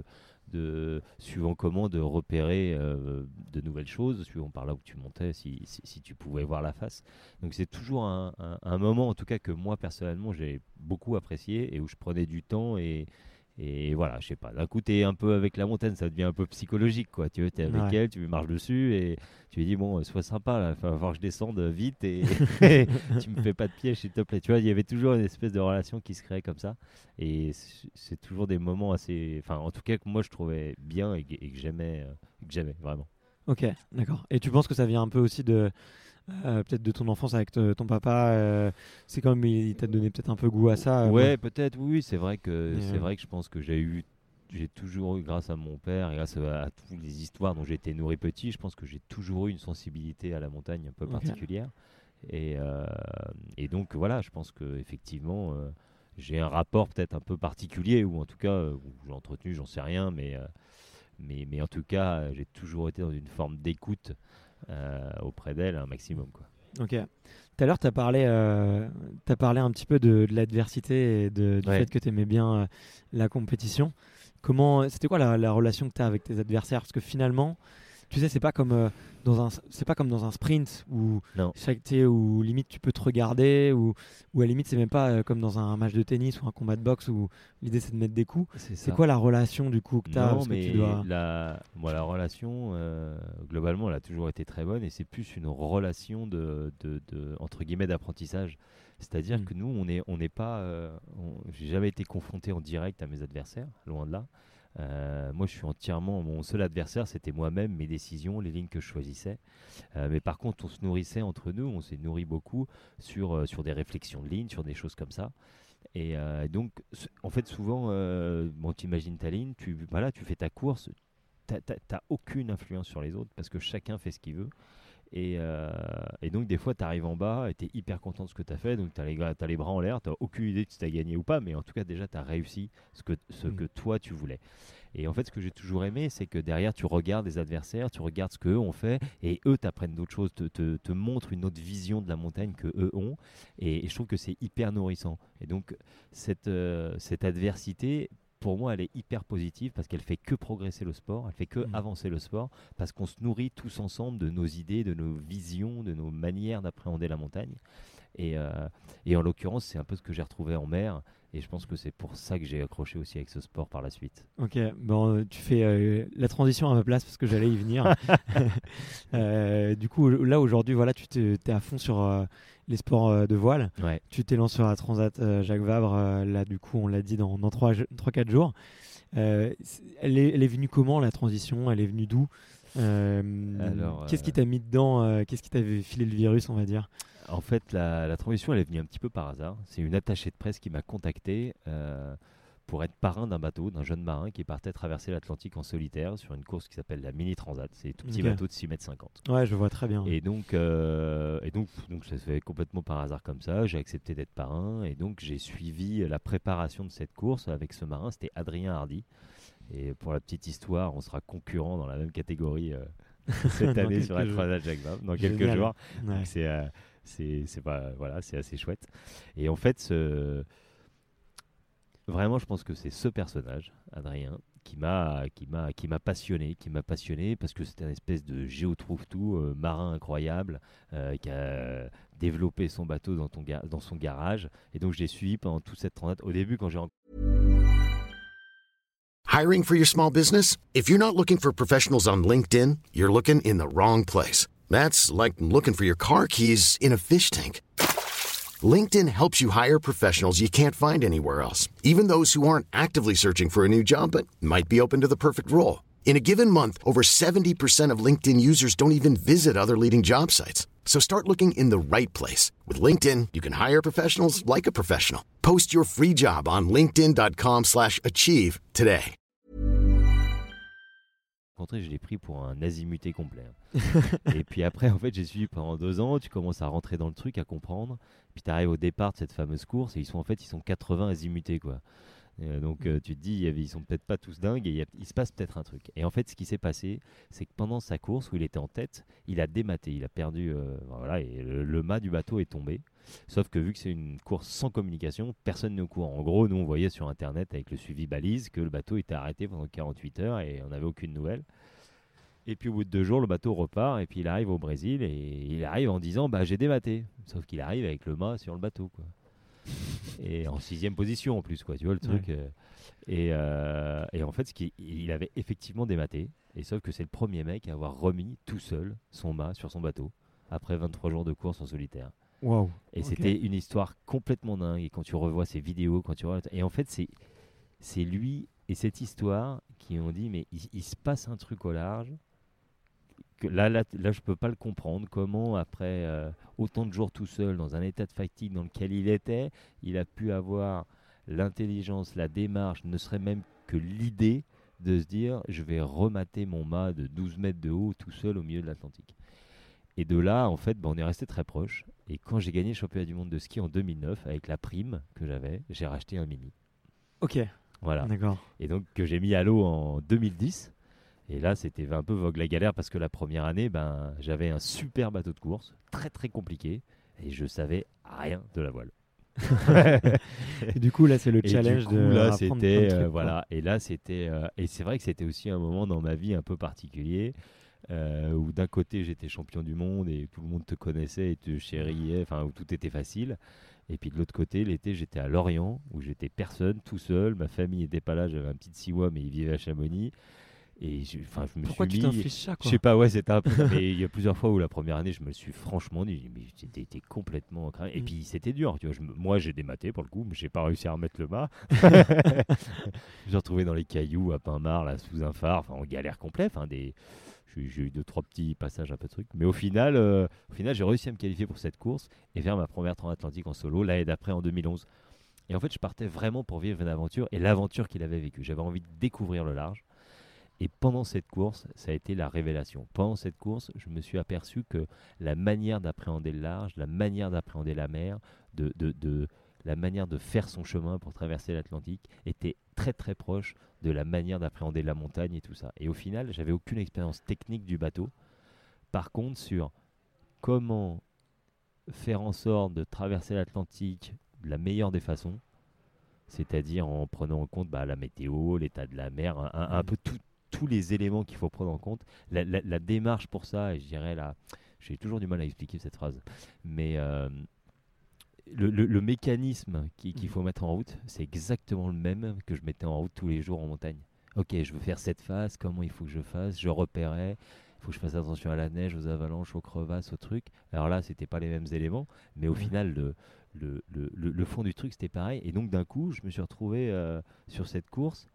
de suivant comment, de repérer euh, de nouvelles choses, suivant par là où tu montais, si, si, si tu pouvais voir la face. Donc c'est toujours un, un, un moment, en tout cas, que moi, personnellement, j'ai beaucoup apprécié et où je prenais du temps et. Et voilà, je sais pas. D'un coup, t'es un peu avec la montagne, ça devient un peu psychologique, quoi. Tu es avec Ouais. elle, tu marches dessus et tu lui dis bon, euh, sois sympa, là. Il va falloir que je descende vite et tu me fais pas de piège, s'il te plaît. Tu vois, il y avait toujours une espèce de relation qui se créait comme ça. Et c'est c'est toujours des moments assez, enfin, en tout cas que moi je trouvais bien et, que- et que j'aimais, euh, que j'aimais vraiment. Ok, d'accord. Et tu penses que ça vient un peu aussi de euh, peut-être de ton enfance avec te- ton papa euh, c'est quand même il t'a donné peut-être un peu goût à ça. euh, Ouais, peut-être, oui, oui, c'est vrai que Mais, c'est euh, vrai que je pense que j'ai eu, j'ai toujours eu, grâce à mon père et grâce à, à toutes les histoires dont j'ai été nourri petit, je pense que j'ai toujours eu une sensibilité à la montagne un peu Ok. particulière. Et, euh, et donc voilà, je pense que effectivement, euh, j'ai un rapport peut-être un peu particulier, ou en tout cas, euh, où j'ai entretenu, j'en sais rien, mais, euh, mais, mais en tout cas, euh, j'ai toujours été dans une forme d'écoute euh, auprès d'elle un maximum, quoi. Ok. Tout à l'heure, tu as parlé, euh, t'as parlé un petit peu de, de l'adversité et de, du Ouais. fait que tu aimais bien euh, la compétition. Comment, c'était quoi la, la relation que tu as avec tes adversaires? Parce que finalement, tu sais, c'est pas comme euh, dans un, c'est pas comme dans un sprint où Non. chaque, tu sais, où limite tu peux te regarder, ou ou à la limite c'est même pas euh, comme dans un match de tennis ou un combat de boxe où l'idée c'est de mettre des coups. C'est, C'est ça. quoi la relation du coup que t'as? Non, Parce que mais tu dois... la, moi, la relation, euh, globalement, elle a toujours été très bonne et c'est plus une relation de, de, de entre guillemets d'apprentissage. C'est-à-dire Mm. que nous, on n'est on n'est pas, euh, on- j'ai jamais été confronté en direct à mes adversaires, loin de là. Euh, moi, je suis entièrement mon seul adversaire, c'était moi-même, mes décisions, les lignes que je choisissais. Euh, mais par contre, on se nourrissait entre nous, on s'est nourri beaucoup sur euh, sur des réflexions de ligne, sur des choses comme ça. Et euh, donc, s- en fait, souvent, euh, bon, tu imagines ta ligne, tu, voilà, tu fais ta course, tu n'as aucune influence sur les autres parce que chacun fait ce qu'il veut. Et, euh, et donc, des fois, tu arrives en bas et tu es hyper content de ce que tu as fait. Donc, tu as les, gra- t'as les bras en l'air, tu n'as aucune idée si tu as gagné ou pas. Mais en tout cas, déjà, tu as réussi ce, que, ce Mm. que toi, tu voulais. Et en fait, ce que j'ai toujours aimé, c'est que derrière, tu regardes les adversaires, tu regardes ce qu'eux ont fait, et eux t'apprennent d'autres choses, te, te, te montrent une autre vision de la montagne que eux ont. Et, et je trouve que c'est hyper nourrissant. Et donc, cette, euh, cette adversité, pour moi, elle est hyper positive parce qu'elle fait que progresser le sport, elle fait que Mm. avancer le sport, parce qu'on se nourrit tous ensemble de nos idées, de nos visions, de nos manières d'appréhender la montagne. Et, euh, et en l'occurrence, c'est un peu ce que j'ai retrouvé en mer. Et je pense que c'est pour ça que j'ai accroché aussi avec ce sport par la suite. Ok, bon, euh, tu fais euh, la transition à ma place parce que j'allais y venir. Euh, du coup, là aujourd'hui, voilà, tu t'es, t'es à fond sur euh, les sports euh, de voile. Ouais. Tu t'es lancé sur la Transat euh, Jacques Vabre. euh, là, du coup, on l'a dit dans, dans trois quatre jours. Euh, c'est- elle, est, elle est venue comment la transition? Elle est venue d'où? Euh, Alors, Qu'est-ce qui euh, t'a mis dedans? euh, Qu'est-ce qui t'a filé le virus, on va dire? En fait, la, la transition, elle est venue un petit peu par hasard. C'est une attachée de presse qui m'a contacté euh, pour être parrain d'un bateau, d'un jeune marin qui partait traverser l'Atlantique en solitaire sur une course qui s'appelle la Mini Transat. C'est un tout petit Ok. bateau de six mètres cinquante. Ouais, je vois très bien. Et donc, euh, et donc, donc, ça se fait complètement par hasard comme ça. J'ai accepté d'être parrain et donc j'ai suivi la préparation de cette course avec ce marin. C'était Adrien Hardy. Et pour la petite histoire, on sera concurrent dans la même catégorie euh, cette Dans année sur la quelques jours. Transat Jacques Vabre dans quelques Génial. jours. Ouais. Donc c'est euh, c'est c'est pas voilà, c'est assez chouette. Et en fait, ce... vraiment, je pense que c'est ce personnage, Adrien, qui m'a qui m'a qui m'a passionné, qui m'a passionné parce que c'était une espèce de géotrouve-tout euh, marin incroyable euh, qui a développé son bateau dans ton ga- dans son garage. Et donc je l'ai suivi pendant toute cette transat. Au début, quand j'ai rencontré Hiring for your small business? If you're not looking for professionals on LinkedIn, you're looking in the wrong place. That's like looking for your car keys in a fish tank. LinkedIn helps you hire professionals you can't find anywhere else, even those who aren't actively searching for a new job but might be open to the perfect role. In a given month, over seventy percent of LinkedIn users don't even visit other leading job sites. So start looking in the right place. With LinkedIn, you can hire professionals like a professional. Post your free job on linkedin.com slash achieve today. je l'ai pris pour un azimuté complet. Et puis après, en fait, j'ai suivi pendant deux ans. Tu commences à rentrer dans le truc, à comprendre. Puis tu arrives au départ de cette fameuse course et ils sont en fait, ils sont quatre-vingts azimutés, quoi. Euh, donc euh, tu te dis, ils sont peut-être pas tous dingues et il, y a- il se passe peut-être un truc. Et en fait, ce qui s'est passé, c'est que pendant sa course où il était en tête, il a dématé, il a perdu, euh, voilà, et le, le mât du bateau est tombé. Sauf que vu que c'est une course sans communication, personne n'est au courant. En gros, nous on voyait sur internet avec le suivi balise que le bateau était arrêté pendant quarante-huit heures et on n'avait aucune nouvelle. Et puis au bout de deux jours, le bateau repart et puis il arrive au Brésil et il arrive en disant bah j'ai dématé. Sauf qu'il arrive avec le mât sur le bateau, quoi. Et en sixième position en plus, quoi, tu vois le truc. Ouais. euh, et, euh, et en fait, ce qui, il avait effectivement dématé, et sauf que c'est le premier mec à avoir remis tout seul son mât sur son bateau après vingt-trois jours de course en solitaire. Waouh. Et Ok. c'était une histoire complètement dingue. Et quand tu revois ces vidéos, quand tu revois... et en fait, c'est c'est lui et cette histoire qui ont dit mais il, il se passe un truc au large. Que là, là, là, je peux pas le comprendre. Comment, après euh, autant de jours tout seul, dans un état de fatigue dans lequel il était, il a pu avoir l'intelligence, la démarche, ne serait même que l'idée de se dire je vais remater mon mât de douze mètres de haut tout seul au milieu de l'Atlantique. Et de là, en fait, bah, on est resté très proche. Et quand j'ai gagné le championnat du monde de ski en deux mille neuf, avec la prime que j'avais, j'ai racheté un Mini. Ok, Voilà. d'accord. Et donc que j'ai mis à l'eau en deux mille dix. Et là, c'était un peu vogue la galère parce que la première année, ben, j'avais un super bateau de course, très très compliqué, et je savais rien de la voile. Et du coup, là, c'est le Et challenge du coup, de là, apprendre c'était plein de euh, trucs, quoi. voilà. Et là, c'était euh, et c'est vrai que c'était aussi un moment dans ma vie un peu particulier euh, où d'un côté j'étais champion du monde et tout le monde te connaissait et te chérissait, enfin où tout était facile. Et puis de l'autre côté, l'été, j'étais à Lorient, où j'étais personne, tout seul. Ma famille n'était pas là, j'avais un petit Siwa, mais il vivait à Chamonix. Et je, enfin, je me Pourquoi suis tu mis... t'infliges ça, quoi? Je sais pas, ouais, c'était un peu... mais il y a plusieurs fois où la première année, je me suis franchement dit, mais j'étais j'étais complètement cramé. Et Mm. puis c'était dur, tu vois. Je me- Moi, j'ai dématé pour le coup, mais j'ai pas réussi à remettre le mât. Je me retrouvais dans les cailloux à Pinmar, là, sous un phare, enfin, en galère complète. Enfin, des... J'ai j'ai eu deux, trois petits passages, un peu de trucs. Mais au final, euh, au final j'ai réussi à me qualifier pour cette course et faire ma première transatlantique en solo l'année d'après, en deux mille onze. Et en fait, je partais vraiment pour vivre une aventure et l'aventure qu'il avait vécue. J'avais envie de découvrir le large. Et pendant cette course, ça a été la révélation. Pendant cette course, je me suis aperçu que la manière d'appréhender le large, la manière d'appréhender la mer, de, de, de, la manière de faire son chemin pour traverser l'Atlantique était très très proche de la manière d'appréhender la montagne et tout ça. Et au final, j'avais aucune expérience technique du bateau. Par contre, sur comment faire en sorte de traverser l'Atlantique de la meilleure des façons, c'est-à-dire en prenant en compte bah, la météo, l'état de la mer, un, un, un peu tout, tous les éléments qu'il faut prendre en compte. La, la, la démarche pour ça, et je dirais là, j'ai toujours du mal à expliquer cette phrase, mais euh, le, le, le mécanisme qui, qu'il faut mettre en route, c'est exactement le même que je mettais en route tous les jours en montagne. Ok, je veux faire cette phase, comment il faut que je fasse, je repérais, il faut que je fasse attention à la neige, aux avalanches, aux crevasses, aux trucs. Alors là, c'était pas les mêmes éléments, mais au Ouais. final, le, le, le, le, le fond du truc, c'était pareil. Et donc, d'un coup, je me suis retrouvé euh, sur cette course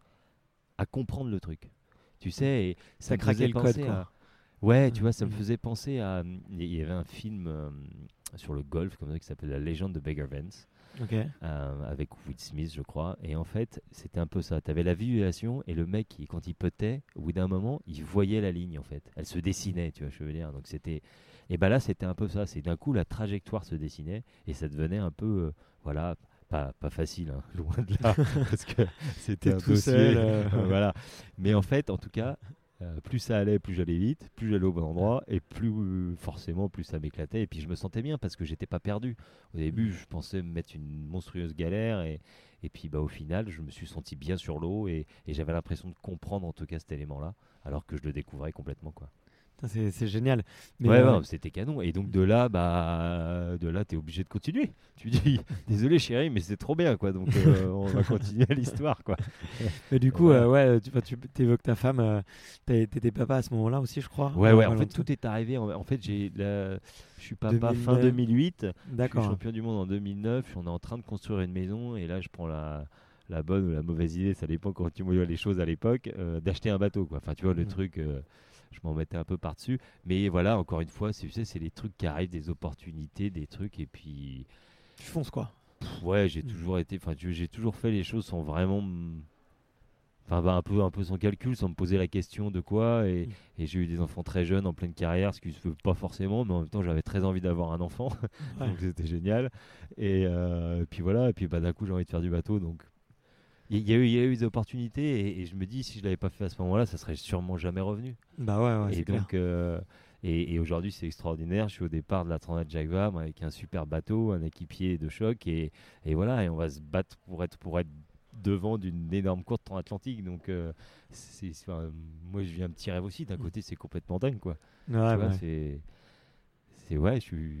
à comprendre le truc. Tu sais, et ça T'as me craqué faisait le penser code, quoi. à... Ouais, tu Ouais. vois, ça me Mhm. faisait penser à... Il y avait un film euh, sur le golf, comme ça, qui s'appelait La légende de Beggar Vance, Ok. euh, avec Will Smith, je crois. Et en fait, c'était un peu ça. Tu avais la visualisation et le mec, qui, quand il putait, au bout d'un moment, il voyait la ligne, en fait. Elle se dessinait, tu vois, je veux dire. Donc c'était... Et ben là, c'était un peu ça. C'est d'un coup, la trajectoire se dessinait et ça devenait un peu... euh, voilà... Pas, pas facile, hein, loin de là, parce que c'était T'es un tout dossier. seul, euh. euh, voilà. Mais en fait, en tout cas, euh, plus ça allait, plus j'allais vite, plus j'allais au bon endroit, et plus euh, forcément, plus ça m'éclatait. Et puis je me sentais bien parce que j'étais pas perdu. Au début, je pensais me mettre une monstrueuse galère, et, et puis bah, au final, je me suis senti bien sur l'eau, et, et j'avais l'impression de comprendre en tout cas cet élément-là, alors que je le découvrais complètement, quoi. Putain, C'est c'est génial. Mais Ouais, euh, ouais, c'était canon. Et donc de là, bah, de là, t'es obligé de continuer. Tu dis, désolé chérie, mais c'est trop bien, quoi. Donc euh, on va continuer l'histoire, quoi. mais du coup, Voilà. euh, ouais, tu, enfin, tu évoques ta femme. euh, t'as- T'étais papa à ce moment-là aussi, je crois. Ouais, Euh, ouais. En voilà, fait, tout- tout est arrivé. En, en fait, j'ai, la- je suis papa fin deux mille neuf. deux mille huit. Je suis D'accord. champion du monde en deux mille neuf. On est en train de construire une maison, et là, je prends la, la bonne ou la mauvaise idée, ça dépend quand tu vois les choses à l'époque, euh, d'acheter un bateau, quoi. Enfin, tu vois le Mhm. truc. euh, je m'en mettais un peu par-dessus, mais voilà, encore une fois, c'est, tu sais, c'est les trucs qui arrivent, des opportunités, des trucs, et puis Tu fonces, quoi. pff, ouais, j'ai Mhm. toujours été, enfin, tu- j'ai toujours fait les choses sans vraiment, m- enfin, bah, un peu, un peu sans calcul, sans me poser la question de quoi, et, Mhm. et j'ai eu des enfants très jeunes, en pleine carrière, ce qui se fait pas forcément, mais en même temps, j'avais très envie d'avoir un enfant, Ouais. donc c'était génial, et euh, puis voilà, et puis bah, d'un coup, j'ai envie de faire du bateau, donc il y, y a eu, il y a eu des opportunités, et, et je me dis, si je l'avais pas fait à ce moment-là, ça serait sûrement jamais revenu. Bah ouais, ouais, Et c'est clair. donc, euh, et, et aujourd'hui, c'est extraordinaire. Je suis au départ de la Transat Jacques Vabre avec un super bateau, un équipier de choc, et, et voilà, et on va se battre pour être, pour être devant d'une énorme course transatlantique. Donc, euh, c'est, c'est- enfin, moi, je vis un petit rêve aussi. D'un côté, c'est complètement dingue, quoi. Ouais, Tu vois, ouais. c'est, c'est ouais, je suis.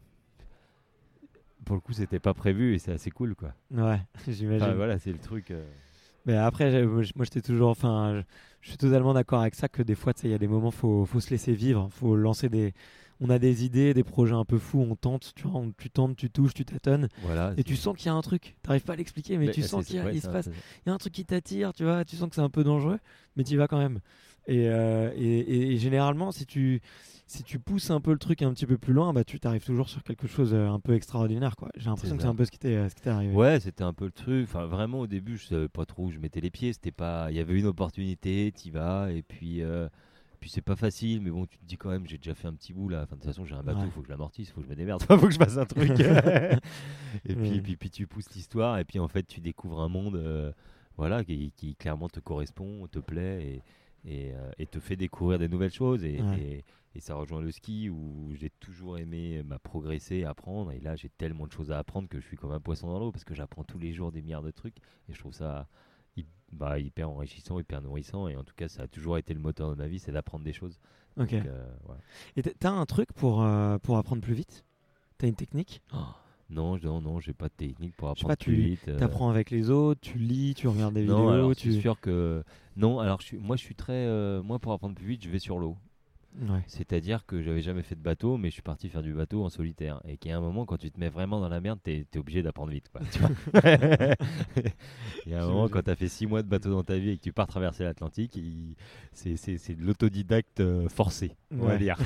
Pour le coup, c'était pas prévu et c'est assez cool, quoi. Ouais, j'imagine. Enfin, voilà, c'est le truc. euh, Mais après, j'ai- moi, moi, j'étais toujours, enfin, je, je suis totalement d'accord avec ça que des fois, tu sais, il y a des moments, faut, faut se laisser vivre, faut lancer des, on a des idées, des projets un peu fous, on tente, tu vois, on- tu tentes, tu touches, tu tâtonnes, Voilà. et tu sens qu'il y a un truc. T'arrives pas à l'expliquer, mais Mais, tu euh, sens c'est- qu'il y a, ouais, il c'est se un- passe, c'est- il y a un truc qui t'attire, tu vois, tu sens que c'est un peu dangereux, mais tu y vas quand même. Et, euh, et, et- et généralement, si tu, si tu pousses un peu le truc un petit peu plus loin, bah, tu t'arrives toujours sur quelque chose euh, un peu extraordinaire, quoi. J'ai l'impression C'est que c'est ça. un peu ce qui t'est, euh, ce qui t'est arrivé. Ouais, c'était un peu le truc. Enfin, vraiment, au début, je savais pas trop où je mettais les pieds. C'était pas. Il y avait une opportunité, t'y vas, et puis, euh, puis c'est pas facile. Mais bon, tu te dis quand même, j'ai déjà fait un petit bout là. Enfin, de toute façon, j'ai un bateau, Ouais. faut que je l'amortisse, faut que je me démerde, faut que je fasse un truc. et puis, Ouais. puis, puis, tu pousses l'histoire, et puis en fait, tu découvres un monde, euh, voilà, qui, qui clairement te correspond, te plaît, et, et, euh, et te fait découvrir des nouvelles choses. Et, Ouais. et, et ça rejoint le ski où j'ai toujours aimé bah, progresser, apprendre. Et là, j'ai tellement de choses à apprendre que je suis comme un poisson dans l'eau parce que j'apprends tous les jours des milliards de trucs. Et je trouve ça hy- bah, hyper enrichissant, hyper nourrissant. Et en tout cas, ça a toujours été le moteur de ma vie, c'est d'apprendre des choses. Ok. Donc, euh, voilà. Et t- t'as un truc pour, euh, pour apprendre plus vite? T'as une technique? Oh, non, non, non, j'ai pas de technique pour Je sais apprendre pas, tu plus vite. euh. t'apprends avec les autres, tu lis, tu regardes des Non, vidéos, alors tu... c'est sûr que non. Alors je suis, moi, je suis très, euh, moi pour apprendre plus vite, je vais sur l'eau. Ouais. C'est-à-dire que j'avais jamais fait de bateau, mais je suis parti faire du bateau en solitaire. Et qu'il y a un moment, quand tu te mets vraiment dans la merde, t'es es obligé d'apprendre vite. Quoi, tu vois. Il y a un moment, quand tu as fait six mois de bateau dans ta vie et que tu pars traverser l'Atlantique, il... c'est de l'autodidacte euh, forcé, on Ouais. va dire.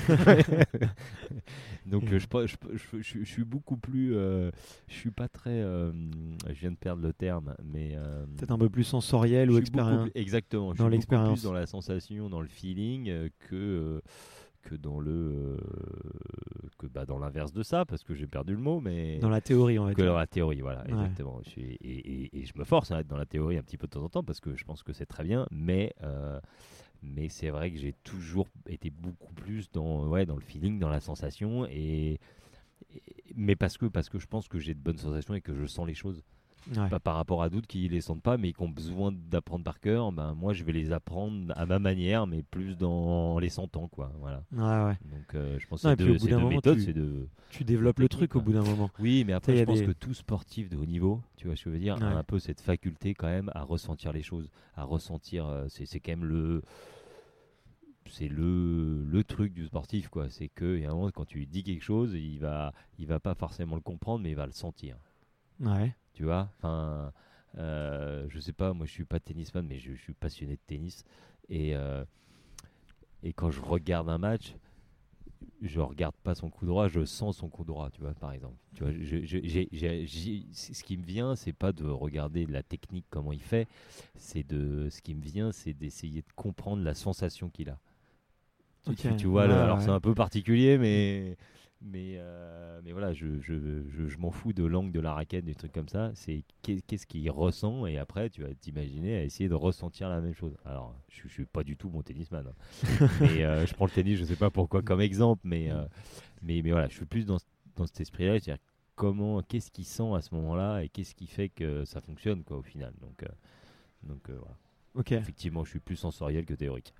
Donc euh, je, je, je, je, je suis beaucoup plus... Euh, je suis pas très... Euh, je viens de perdre le terme, mais... Euh, Peut-être un peu plus sensoriel ou je suis beaucoup expérience. plus- exactement. Je dans suis beaucoup l'expérience. plus dans la sensation, dans le feeling euh, que euh, que dans le euh, que bah, dans l'inverse de ça, parce que j'ai perdu le mot, mais Dans la théorie, on va que dire. dans la théorie, voilà, Ouais. exactement. Je suis- et, et- et je me force à être dans la théorie un petit peu de temps en temps parce que je pense que c'est très bien, mais euh, mais c'est vrai que j'ai toujours été beaucoup plus dans ouais dans le feeling, dans la sensation et, et- mais parce que parce que je pense que j'ai de bonnes sensations et que je sens les choses. Ouais. Pas par rapport à d'autres qui les sentent pas mais qui ont besoin d'apprendre par cœur, ben moi je vais les apprendre à ma manière mais plus dans les sentant quoi, voilà. Ouais, ouais. Donc euh, je pense que Non, et ces puis deux, au bout ces d'un deux moment, méthodes tu- c'est de Tu développes le technique, truc au quoi. bout d'un moment. oui mais après Tu sais, je y a pense des- que tout sportif de haut niveau, tu vois ce que je veux dire, Ouais. a un peu cette faculté quand même à ressentir les choses, à ressentir euh, c'est c'est quand même le c'est le, le truc du sportif quoi, c'est que il y a un moment quand tu lui dis quelque chose, il va il va pas forcément le comprendre mais il va le sentir. Ouais. Tu vois, enfin, euh, je sais pas, moi je suis pas tennisman, mais je, je suis passionné de tennis. Et, euh, et quand je regarde un match, je regarde pas son coup droit, je sens son coup droit, tu vois, par exemple. Tu vois, je, je- j'ai- j'ai- j'ai- ce qui me vient, c'est pas de regarder la technique, comment il fait, c'est de, ce qui me vient, c'est d'essayer de comprendre la sensation qu'il a. Tu, Ok. tu- tu vois, le- Ouais, alors ouais. c'est un peu particulier, mais, mais, euh, mais voilà, je, je, je, je m'en fous de l'angle de la raquette, des trucs comme ça. C'est qu'est- qu'est-ce qu'il ressent, et après, tu vas t'imaginer à essayer de ressentir la même chose. Alors, je, je suis pas du tout bon tennisman, hein. mais euh, je prends le tennis, je sais pas pourquoi comme exemple, mais, euh, mais, mais voilà, je suis plus dans, ce- dans cet esprit-là, c'est-à-dire comment, qu'est-ce qu'il sent à ce moment-là, et qu'est-ce qui fait que ça fonctionne, quoi, au final. Donc, euh, donc euh, voilà. Ok. Effectivement, je suis plus sensoriel que théorique.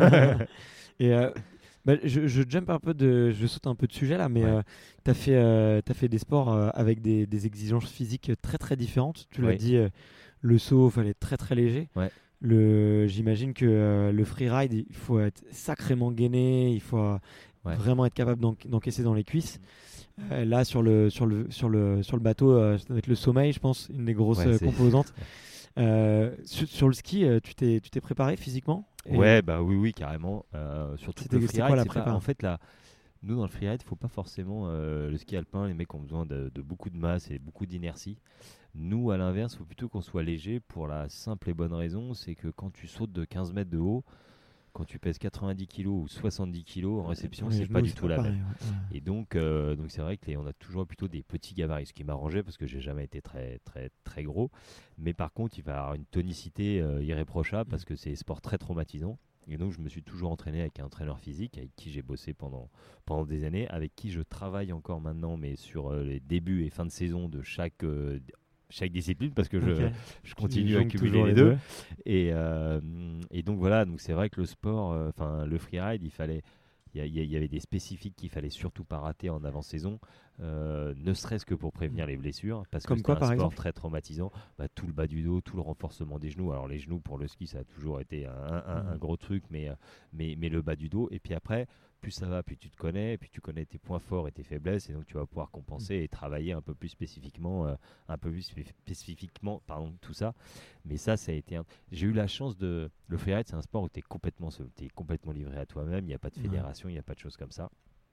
Et euh, bah, je, je jump un peu de, je saute un peu de sujet là, mais Ouais. euh, t'as fait, euh, t'as fait des sports euh, avec des, des exigences physiques très très différentes. Tu l'as Ouais. dit, euh, le saut fallait être très très léger. Ouais. Le, j'imagine que euh, le freeride, il faut être sacrément gainé, il faut euh, Ouais. vraiment être capable d'en- d'encaisser dans les cuisses. Euh, là sur le sur le sur le sur le bateau, euh, ça doit être le sommeil, je pense, une des grosses Ouais, euh, c'est- composantes. Euh, sur, sur le ski, euh, tu t'es tu t'es préparé physiquement? Et- Ouais, bah oui, oui, carrément. Euh, surtout que C'était- le c'était quoi freeride, la c'est pas- prépa en fait, là, nous dans le freeride, il faut pas forcément euh, le ski alpin. Les mecs ont besoin de, de beaucoup de masse et beaucoup d'inertie. Nous, à l'inverse, il faut plutôt qu'on soit léger pour la simple et bonne raison, c'est que quand tu sautes de quinze mètres de haut, quand tu pèses quatre-vingt-dix kilos ou soixante-dix kilos en réception, Pour les c'est genoux, pas du c'est tout la pareil, même. ouais, ouais. Et donc, euh, donc c'est vrai que les- on a toujours plutôt des petits gabarits, ce qui m'arrangeait parce que j'ai jamais été très très très gros. Mais par contre, il va avoir une tonicité euh, irréprochable parce que c'est sport très traumatisant. Et donc, je me suis toujours entraîné avec un entraîneur physique avec qui j'ai bossé pendant pendant des années, avec qui je travaille encore maintenant, mais sur euh, les débuts et fins de saison de chaque euh, chaque discipline parce que je, Ok. je continue à jongles cumuler toujours les les deux. deux. Et, euh, et donc voilà, donc c'est vrai que le sport, euh, enfin le freeride, il fallait, il y, a- il y a- il y avait des spécifiques qu'il fallait surtout pas rater en avant-saison, euh, ne serait-ce que pour prévenir les blessures, parce Comme que quoi, c'est un par sport exemple très traumatisant. Bah, tout le bas du dos, tout le renforcement des genoux. Alors les genoux pour le ski, ça a toujours été un, un- un Mhm. gros truc, mais, euh, mais, mais le bas du dos. Et puis après, plus ça va, plus tu te connais, puis tu connais tes points forts et tes faiblesses, et donc tu vas pouvoir compenser et travailler un peu plus spécifiquement, euh, un peu plus spé- spécifiquement, pardon, tout ça. Mais ça, ça a été. Un... J'ai eu la chance de. Le freeride, c'est un sport où tu es complètement seul, tu es complètement livré à toi-même. Il n'y a pas de Ouais. fédération, il n'y a pas de choses comme ça.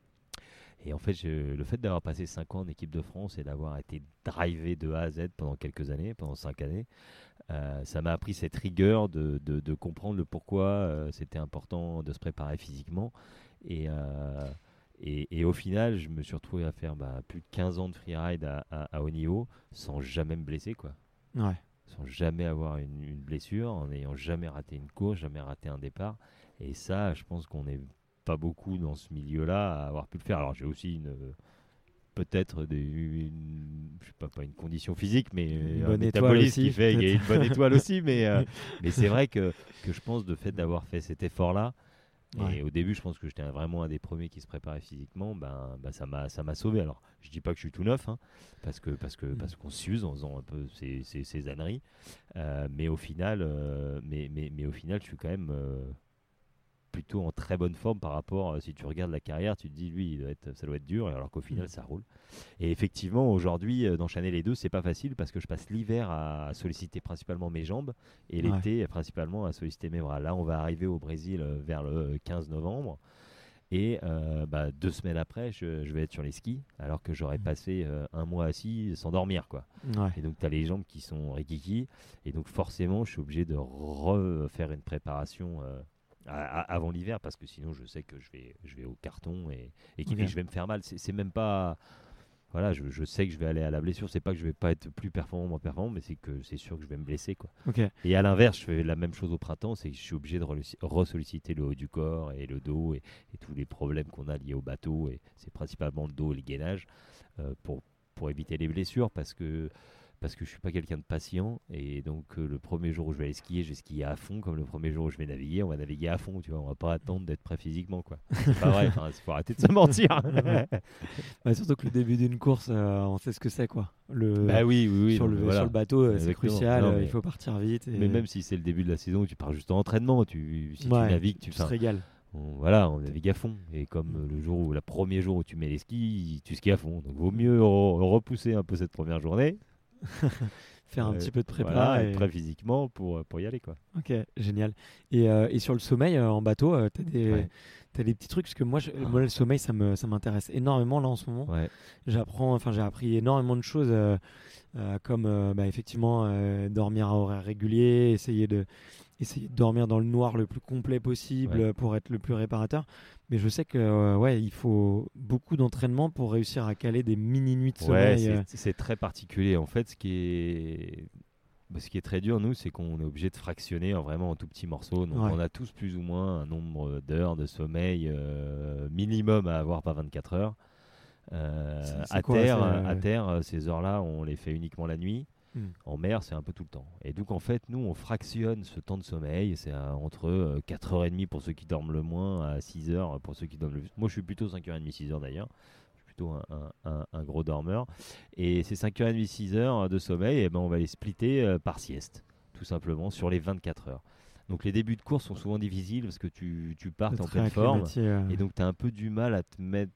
Et en fait, je- le fait d'avoir passé cinq ans en équipe de France et d'avoir été drivé de A à Z pendant quelques années, pendant cinq années, euh, ça m'a appris cette rigueur de, de, de comprendre le pourquoi euh, c'était important de se préparer physiquement. Et, euh, et, et au final, je me suis retrouvé à faire bah, plus de quinze ans de freeride à, à, à haut niveau sans jamais me blesser, quoi. Ouais. Sans jamais avoir une, une blessure, en n'ayant jamais raté une course, jamais raté un départ. Et ça, je pense qu'on n'est pas beaucoup dans ce milieu-là à avoir pu le faire. Alors j'ai aussi une, peut-être des, une, je sais pas, pas une condition physique, mais Une un bonne métabolisme étoile qui aussi, fait qu'il y a peut-être. une bonne étoile aussi. Mais, euh, mais c'est vrai que, que je pense, de fait d'avoir fait cet effort-là, Ouais. et au début, je pense que j'étais un- vraiment un des premiers qui se préparait physiquement. Ben, ben ça m'a, ça m'a sauvé. Alors, je dis pas que je suis tout neuf, hein, parce que parce que Mm. parce qu'on s'use en faisant un peu ces, ces, ces âneries. Euh, mais au final, euh, mais, mais mais au final, je suis quand même euh, plutôt en très bonne forme par rapport. euh, Si tu regardes la carrière, tu te dis lui, il doit être, ça doit être dur, alors qu'au final, Mm. ça roule. Et effectivement, aujourd'hui, euh, d'enchaîner les deux, c'est pas facile parce que je passe l'hiver à solliciter principalement mes jambes et Ouais. l'été principalement à solliciter mes bras. Là, on va arriver au Brésil euh, vers le quinze novembre. Et euh, bah, deux semaines après, je, je vais être sur les skis, alors que j'aurais Mhm. passé euh, un mois assis sans dormir, quoi. Ouais. Et donc, tu as les jambes qui sont rikiki. Et donc, forcément, je suis obligé de refaire une préparation euh, à- à- avant l'hiver, parce que sinon, je sais que je vais, je vais au carton et, et, qu'il- Ok. et je vais me faire mal. C'est c'est même pas. Voilà, je, je sais que je vais aller à la blessure. C'est pas que je vais pas être plus performant, moins performant, mais c'est que c'est sûr que je vais me blesser, quoi. Ok. Et à l'inverse, je fais la même chose au printemps, c'est que je suis obligé de relu- ressolliciter le haut du corps et le dos et, et tous les problèmes qu'on a liés au bateau. Et c'est principalement le dos et le gainage euh, pour, pour éviter les blessures, parce que, parce que je suis pas quelqu'un de patient. Et donc, euh, le premier jour où je vais aller skier, je vais skier à fond. Comme le premier jour où je vais naviguer, on va naviguer à fond. Tu vois, on va pas attendre d'être prêt physiquement, quoi. C'est pas vrai. Il faut arrêter de se mentir. Bah, surtout que le début d'une course, euh, on sait ce que c'est, quoi. Le, Bah oui, oui, oui. sur, non, le, mais voilà. sur le bateau, euh, c'est Exactement. crucial. Non, euh, mais- Il faut partir vite. Et... Mais même si c'est le début de la saison, tu pars juste en entraînement. Tu, si Ouais, tu navigues, tu, tu te enfin, régales. on, voilà, on navigue à fond. Et comme Mm. euh, le jour où, le premier jour où tu mets les skis, tu skis à fond. Donc vaut mieux re- repousser un peu cette première journée. Faire un Euh, petit peu de prépa. Voilà, et- être prêt physiquement pour, pour y aller, quoi. Ok, génial. Et, euh, et sur le sommeil euh, en bateau, euh, t'as des, Ouais. t'as des petits trucs, parce que moi, je- moi le sommeil, ça me, ça m'intéresse énormément là en ce moment. Ouais. J'apprends, enfin j'ai appris énormément de choses, euh, euh, comme euh, bah, effectivement euh, dormir à horaire régulier, essayer de, essayer de dormir dans le noir le plus complet possible Ouais. euh, pour être le plus réparateur. Mais je sais que euh, ouais, il faut beaucoup d'entraînement pour réussir à caler des mini nuits de Ouais, sommeil. c'est- euh. c'est très particulier. En fait, ce qui est, bah, ce qui est très dur, nous, c'est qu'on est obligé de fractionner en vraiment en tout petits morceaux. Donc, Ouais. on a tous plus ou moins un nombre d'heures de sommeil euh, minimum à avoir par vingt-quatre heures. Euh, C'est- c'est à, quoi, terre, c'est, euh, à terre, euh, ces heures-là, on les fait uniquement la nuit. Hmm. En mer, c'est un peu tout le temps. Et donc, en fait, nous, on fractionne ce temps de sommeil. C'est euh, entre euh, quatre heures trente pour ceux qui dorment le moins, à six heures pour ceux qui dorment le plus. Moi, je suis plutôt cinq heures trente, six heures d'ailleurs. Je suis plutôt un, un- un- un gros dormeur. Et ces cinq heures trente, six heures de sommeil, eh ben, on va les splitter euh, par sieste, tout simplement, sur les vingt-quatre heures. Donc, les débuts de course sont souvent difficiles parce que tu, tu pars D'être en pleine forme. acclimaté, euh. Et donc, tu as un peu du mal à te mettre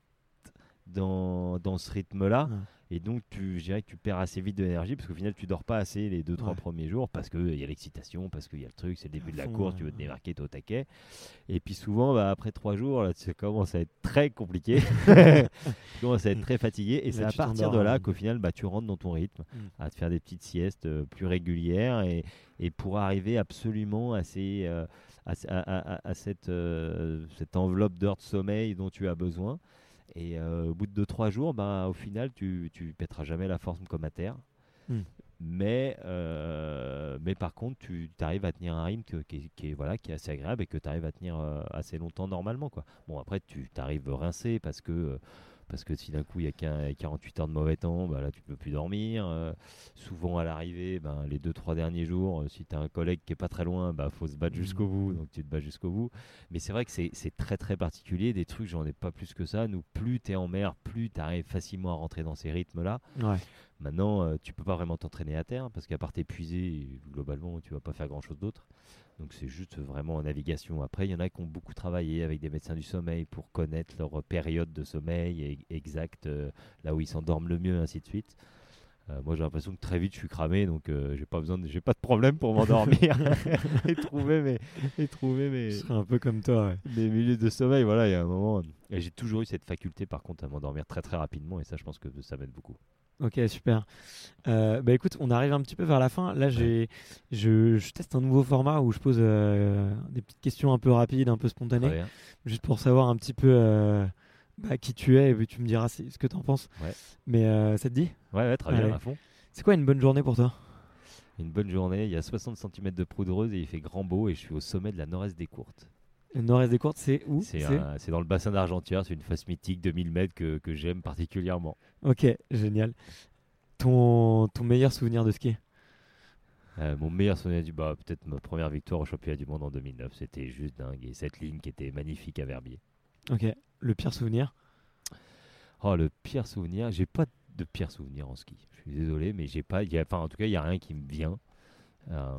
dans, dans ce rythme-là. Ouais. Et donc, tu, je dirais que tu perds assez vite de l'énergie parce qu'au final, tu dors pas assez les deux trois Ouais. premiers jours parce qu'il y a l'excitation, parce qu'il y a le truc, c'est le début À de la fond, course, ouais, tu veux te ouais. démarquer, t'es au taquet. Et puis souvent, bah, après trois jours, là, ça commence à être très compliqué. Tu commences à être très fatigué. Et Là, c'est à tu partir de t'endors, là hein. qu'au final, bah, tu rentres dans ton rythme, Mm. à te faire des petites siestes euh, plus régulières et, et pour arriver absolument à, ces, euh, à, à- à- à cette, euh, cette enveloppe d'heures de sommeil dont tu as besoin. Et euh, au bout de deux trois jours, bah, au final, tu tu pèteras jamais la forme comme à terre. Hmm. Mais, euh, mais par contre, tu arrives à tenir un rythme que- qui, est, qui est, voilà, qui est assez agréable et que tu arrives à tenir euh, assez longtemps normalement, quoi. Bon, après, tu arrives rincé parce que, euh, parce que si d'un coup il y a qu'un- quarante-huit heures de mauvais temps, bah, là tu peux plus dormir. Euh, souvent à l'arrivée, ben, les deux trois derniers jours, euh, si tu as un collègue qui est pas très loin, bah, faut se battre jusqu'au bout, donc tu te bats jusqu'au bout. Mais c'est vrai que c'est c'est très très particulier. Des trucs, j'en ai pas plus que ça. Nous, plus tu es en mer, plus tu arrives facilement à rentrer dans ces rythmes-là. Ouais. Maintenant, euh, tu peux pas vraiment t'entraîner à terre parce qu'à part t'épuiser, globalement, tu vas pas faire grand-chose d'autre. Donc c'est juste vraiment en navigation. Après, il y en a qui ont beaucoup travaillé avec des médecins du sommeil pour connaître leur période de sommeil et- exacte, euh, là où ils s'endorment le mieux, ainsi de suite. Euh, moi, j'ai l'impression que très vite, je suis cramé, donc euh, j'ai pas besoin, de, j'ai pas de problème pour m'endormir et trouver mes, et trouver mes, Je serais un peu comme toi. Ouais. mes minutes de sommeil. Voilà, il y a un moment. Et j'ai toujours eu cette faculté, par contre, à m'endormir très très rapidement, et ça, je pense que ça m'aide beaucoup. Ok, super. Euh, bah écoute, on arrive un petit peu vers la fin. Là, j'ai, je, je teste un nouveau format où je pose euh, des petites questions un peu rapides, un peu Très spontanées, bien. juste pour savoir un petit peu euh, bah, qui tu es, et puis tu me diras si- ce que tu en penses. Ouais. Mais euh, ça te dit? Ouais, ouais, très bien, Allez. à fond. C'est quoi une bonne journée pour toi? Une bonne journée, il y a soixante centimètres de poudreuse et il fait grand beau et je suis au sommet de la Nord-Est des Courtes. Le nord-est des Courtes, c'est où? C'est, un, c'est dans le bassin d'Argentière, c'est une face mythique de mille mètres que, que j'aime particulièrement. Ok, génial. Ton, ton meilleur souvenir de ski? Euh, mon meilleur souvenir du bas, peut-être ma première victoire au championnat du monde en deux mille neuf, c'était juste dingue. Et cette ligne qui était magnifique à Verbier. Ok, le pire souvenir? Oh, le pire souvenir, j'ai pas de pire souvenir en ski. Je suis désolé, mais j'ai pas, y a, enfin, en tout cas, il n'y a rien qui me vient. Euh,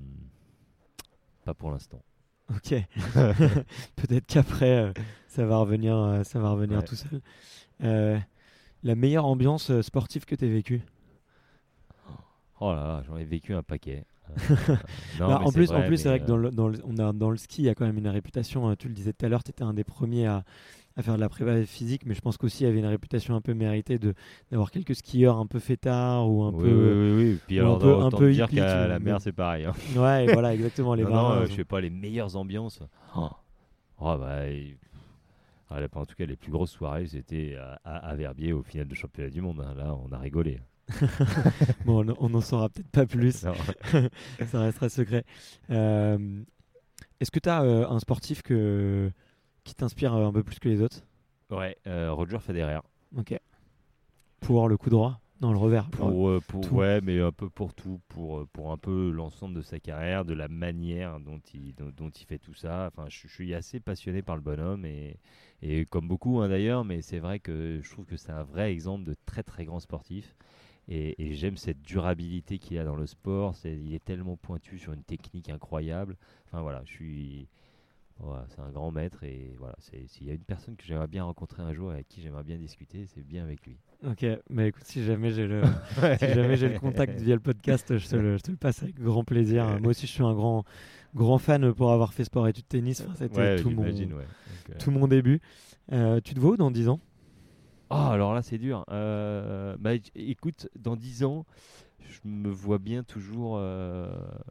pas pour l'instant. Ok. Peut-être qu'après, euh, ça va revenir, euh, ça va revenir Ouais. tout seul. Euh, la meilleure ambiance euh, sportive que tu as vécue? Oh là là, j'en ai vécu un paquet. Euh, non, Bah, mais en, c'est plus, vrai, en plus, c'est mais, vrai que dans euh, le, dans, le, on a, dans le ski, il y a quand même une réputation. euh, tu le disais tout à l'heure, tu étais un des premiers à, à faire de la prépa physique, mais je pense qu'aussi il y avait une réputation un peu méritée de, d'avoir quelques skieurs un peu fêtards ou un oui, peu. oui, oui, oui. Puis ou alors, un peu- un autant peu te dire hippie, qu'à tu- la mer, mais- c'est pareil. Hein. Ouais, voilà, exactement, les non, marins. non, euh, ils je ont- sais pas, les meilleures ambiances. Oh, oh, bah, et- ah, là, en tout cas, les plus grosses soirées, c'était à, à, à Verbier au final de championnat du monde. Hein. Là, on a rigolé. Bon, on- on n'en saura peut-être pas plus. Non. Ça restera secret. Euh, Est-ce que tu as un sportif que, qui t'inspire euh, un peu plus que les autres? Ouais, euh, Roger Federer. Ok. Pour le coup droit? Non, le revers. Pour, euh, pour tout. ouais, mais un peu pour tout, pour, euh, pour un peu l'ensemble de sa carrière, de la manière dont il, dont, dont il fait tout ça. Enfin, je, je suis assez passionné par le bonhomme et, et comme beaucoup hein, d'ailleurs, mais c'est vrai que je trouve que c'est un vrai exemple de très très grand sportif. Et, et j'aime cette durabilité qu'il a dans le sport. C'est, il est tellement pointu sur une technique incroyable. Enfin voilà, je suis. Voilà, c'est un grand maître et voilà, c'est, s'il y a une personne que j'aimerais bien rencontrer un jour avec qui j'aimerais bien discuter, c'est bien avec lui. Ok, mais écoute, si jamais j'ai le, si jamais j'ai le contact via le podcast, je te le, je te le passe avec grand plaisir. Moi aussi, je suis un grand, grand fan pour avoir fait sport et études tennis. Enfin, c'était Ouais, tout, mon, j'imagine, ouais. Donc, euh, tout mon début. Euh, tu te vois où dans dix ans? Ah, alors là, c'est dur. Euh, bah, j- écoute, dans dix ans, je me vois bien toujours euh,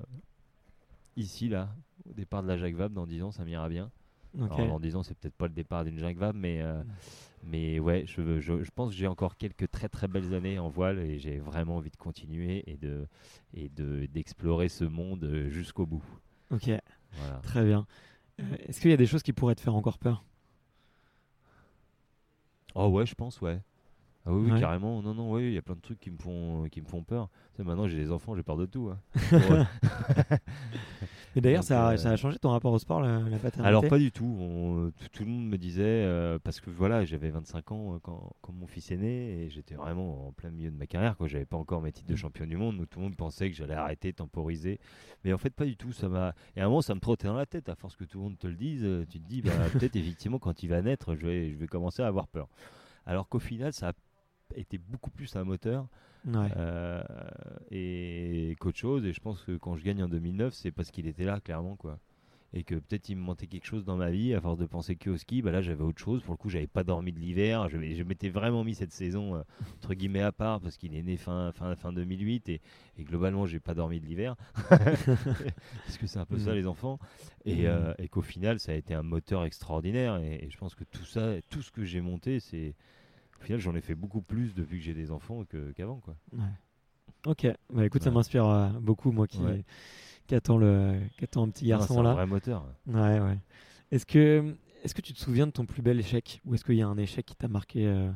ici, là, au départ de la Jacques Vabre. Dans dix ans, ça m'ira bien. Ok. Alors, dans dix ans, c'est peut-être pas le départ d'une Jacques Vabre, mais, euh, mais ouais, je, je, je pense que j'ai encore quelques très très belles années en voile et j'ai vraiment envie de continuer et, de, et de, d'explorer ce monde euh, jusqu'au bout. Ok, Voilà. très bien. Euh, Est-ce qu'il y a des choses qui pourraient te faire encore peur? Oh ouais, je pense, ouais. Ah oui, oui, Ouais. carrément. Non, non, oui, il y a plein de trucs qui me font, qui me font peur. Tu sais, maintenant, j'ai des enfants, j'ai peur de tout. Hein. Pour eux. Et d'ailleurs, Donc, ça, a- euh, ça a changé ton rapport au sport, la, la paternité? Alors pas du tout. On- tout, tout le monde me disait euh, parce que voilà, j'avais vingt-cinq ans euh, quand, quand mon fils est né et j'étais vraiment en plein milieu de ma carrière. Quoi, j'avais pas encore mes titres de champion du monde, donc tout le monde pensait que j'allais arrêter, temporiser. Mais en fait, pas du tout. Ça m'a. Et à un moment, ça me trottait dans la tête. À force que tout le monde te le dise, euh, tu te dis, bah, peut-être effectivement, quand il va naître, je vais, je vais commencer à avoir peur. Alors qu'au final, ça a été beaucoup plus un moteur Ouais. euh, et qu'autre chose. Et je pense que quand je gagne en deux mille neuf, c'est parce qu'il était là, clairement, quoi. Et que peut-être il me manquait quelque chose dans ma vie, à force de penser que au ski, bah là j'avais autre chose. Pour le coup, j'avais pas dormi de l'hiver. Je, je m'étais vraiment mis cette saison euh, entre guillemets à part parce qu'il est né fin, fin, fin deux mille huit et, et globalement, j'ai pas dormi de l'hiver parce que c'est un peu ça Mhm. les enfants. Et, Mhm. euh, et qu'au final, ça a été un moteur extraordinaire. Et, et je pense que tout ça, tout ce que j'ai monté, c'est au final, j'en ai fait beaucoup plus depuis que j'ai des enfants que, qu'avant, quoi. Ouais. Ok, bah écoute, ça Ouais. m'inspire euh, beaucoup, moi qui, Ouais. qui attends le, qui attends un petit Non, garçon c'est un là. vrai moteur. Ouais, ouais. Est-ce que, est-ce que tu te souviens de ton plus bel échec ou est-ce qu'il y a un échec qui t'a marqué euh,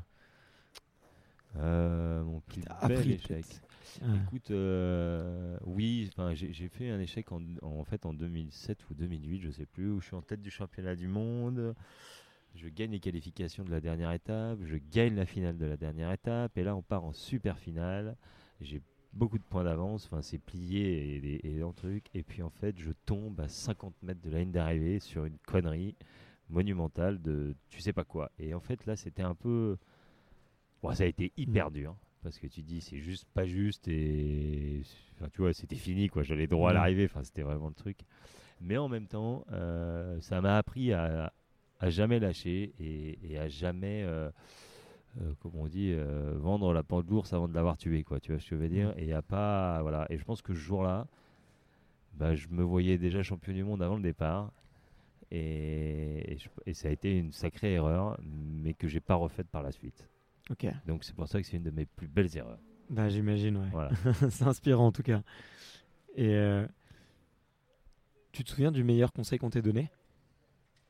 Euh, mon plus t'a bel appris, échec. peut-être. Ouais. Écoute, euh, oui, enfin, j'ai, j'ai fait un échec en, en fait en deux mille sept ou deux mille huit, je sais plus, où je suis en tête du championnat du monde. Je gagne les qualifications de la dernière étape, je gagne la finale de la dernière étape, et là on part en super finale. J'ai beaucoup de points d'avance, enfin c'est plié et, et, et un truc, et puis en fait je tombe à cinquante mètres de la ligne d'arrivée sur une connerie monumentale de tu sais pas quoi. Et en fait là c'était un peu, bon, ça a été hyper dur parce que tu dis c'est juste pas juste et enfin, tu vois c'était fini quoi, j'allais droit à Ouais. l'arrivée, enfin c'était vraiment le truc. Mais en même temps euh, ça m'a appris à à jamais lâcher et, et à jamais, euh, euh, comme on dit, euh, vendre la peau de l'ours avant de l'avoir tué, quoi. Tu vois ce que je veux dire? Et à pas, voilà. Et je pense que ce jour-là, bah, je me voyais déjà champion du monde avant le départ, et, et, je- et ça a été une sacrée erreur, mais que j'ai pas refaite par la suite. Ok, Donc c'est pour ça que c'est une de mes plus belles erreurs. bah j'imagine, ouais. Voilà. C'est inspirant en tout cas. Et euh, tu te souviens du meilleur conseil qu'on t'ait donné?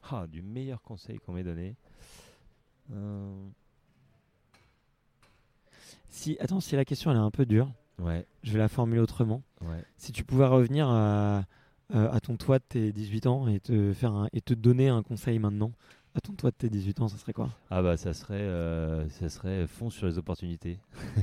Ah, du meilleur conseil qu'on m'ait donné. Euh... Si, attends, si la question elle est un peu dure, Ouais, je vais la formuler autrement. ouais. Si tu pouvais revenir à, à, à ton toi de tes dix-huit ans et te, faire un, et te donner un conseil maintenant, à ton toi de tes dix-huit ans, ça serait quoi? Ah bah ça serait, euh, ça serait fonce sur les opportunités.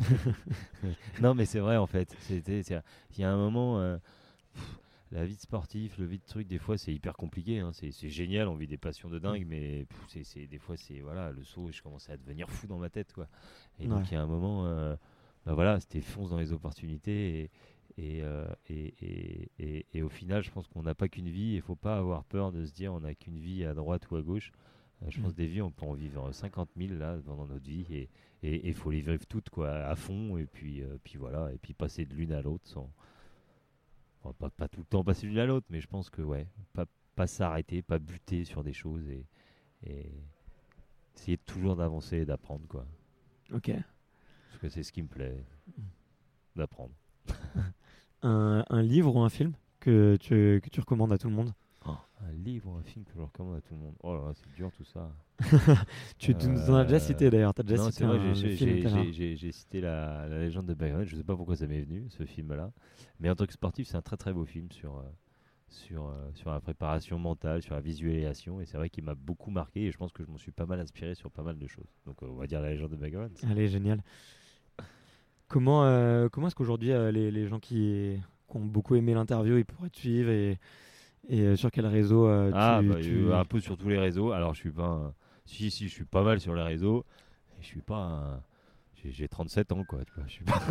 Non mais c'est vrai en fait. C'était, c'est- il y a un moment, euh, pff, la vie de sportif, le vie de truc, des fois c'est hyper compliqué. Hein. C'est, c'est génial, on vit des passions de dingue, mais pff, c'est, c'est, des fois c'est voilà le saut, je commençais à devenir fou dans ma tête quoi. Et donc Ouais. il y a un moment, euh, bah voilà, c'était fonce dans les opportunités et et, euh, et, et, et, et au final, je pense qu'on n'a pas qu'une vie. Il faut pas avoir peur de se dire on n'a qu'une vie à droite ou à gauche. Euh, Je Mm. pense des vies, on peut en vivre cinquante mille là pendant notre vie et et il faut les vivre toutes quoi à fond et puis euh, puis voilà et puis passer de l'une à l'autre sans enfin, pas, pas tout le temps passer de l'une à l'autre mais je pense que ouais pas pas s'arrêter, pas buter sur des choses et et essayer toujours d'avancer et d'apprendre quoi Ok. parce que c'est ce qui me plaît d'apprendre. Un, un livre ou un film que tu, que tu recommandes à tout le monde? Oh, un livre ou un film que je recommande à tout le monde. Oh là là, c'est dur tout ça. Tu, tu nous en as déjà Euh, cité d'ailleurs, tu as déjà Non, cité c'est vrai, un, j'ai- le j'ai film j'ai- tout à l'heure. j'ai- j'ai- j'ai cité la, la légende de Bagrat. Je sais pas pourquoi ça m'est venu, ce film-là. Mais en tant que sportif, c'est un très très beau film sur, euh, sur, euh, sur la préparation mentale, sur la visualisation. Et c'est vrai qu'il m'a beaucoup marqué et je pense que je m'en suis pas mal inspiré sur pas mal de choses. Donc euh, on va dire la légende de Bagrat. Allez, génial. Comment, euh, comment est-ce qu'aujourd'hui euh, les, les gens qui, qui ont beaucoup aimé l'interview, ils pourraient te suivre et, et euh, sur quel réseau euh, Ah, tu, bah, tu- euh, un peu sur tous les réseaux. Alors je suis pas un... Si, si, je suis pas mal sur les réseaux. Et je suis pas un... J'ai j'ai trente-sept ans, quoi. Tu vois, je suis pas...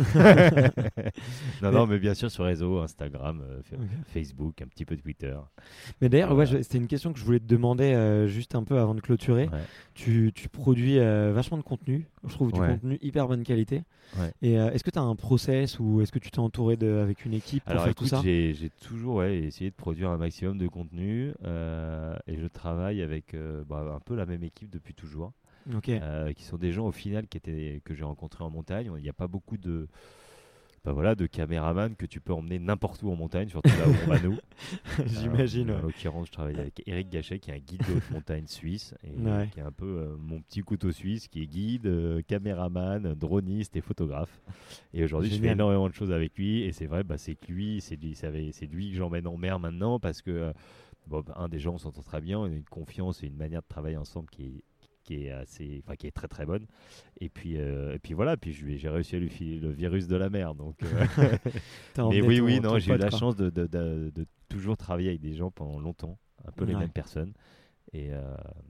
non, non, mais bien sûr sur les réseaux, Instagram, euh, fa- Ok. Facebook, un petit peu Twitter. Mais d'ailleurs, ouais, Voilà. je- c'était une question que je voulais te demander euh, juste un peu avant de clôturer. Ouais. Tu, tu produis euh, vachement de contenu, je trouve du Ouais. contenu hyper bonne qualité. Ouais. Et euh, est-ce que tu as un process ou est-ce que tu t'es entouré de, avec une équipe pour Alors faire écoute, tout ça? j'ai j'ai toujours ouais, essayé de produire un maximum de contenu euh, et je travaille avec euh, bah, un peu la même équipe depuis toujours, Ok. euh, qui sont des gens au final qui étaient, que j'ai rencontrés en montagne. Il n'y a pas beaucoup de, bah, voilà, de caméramans que tu peux emmener n'importe où en montagne, surtout là où on va nous. J'imagine. Euh, En ouais. l'occurrence, je travaille avec Eric Gachet, qui est un guide de haute montagne suisse, et Ouais. qui est un peu euh, mon petit couteau suisse, qui est guide, euh, caméraman, droniste et photographe. Et aujourd'hui, je fais Génial. énormément de choses avec lui, et c'est vrai, bah, c'est que lui, c'est lui, ça avait- c'est lui que j'emmène en mer maintenant, parce que, euh, bon, bah, un, déjà, on s'entend très bien, on a une confiance et une manière de travailler ensemble qui est qui est assez, enfin qui est très très bonne. Et puis euh, et puis voilà, puis je lui ai- j'ai réussi à lui filer le virus de la mer. Donc, euh, T'as mais emmené oui ton- oui ton non, j'ai eu pote, la quoi. chance de, de, de, de toujours travailler avec des gens pendant longtemps, un peu les Ouais. mêmes personnes. Et euh,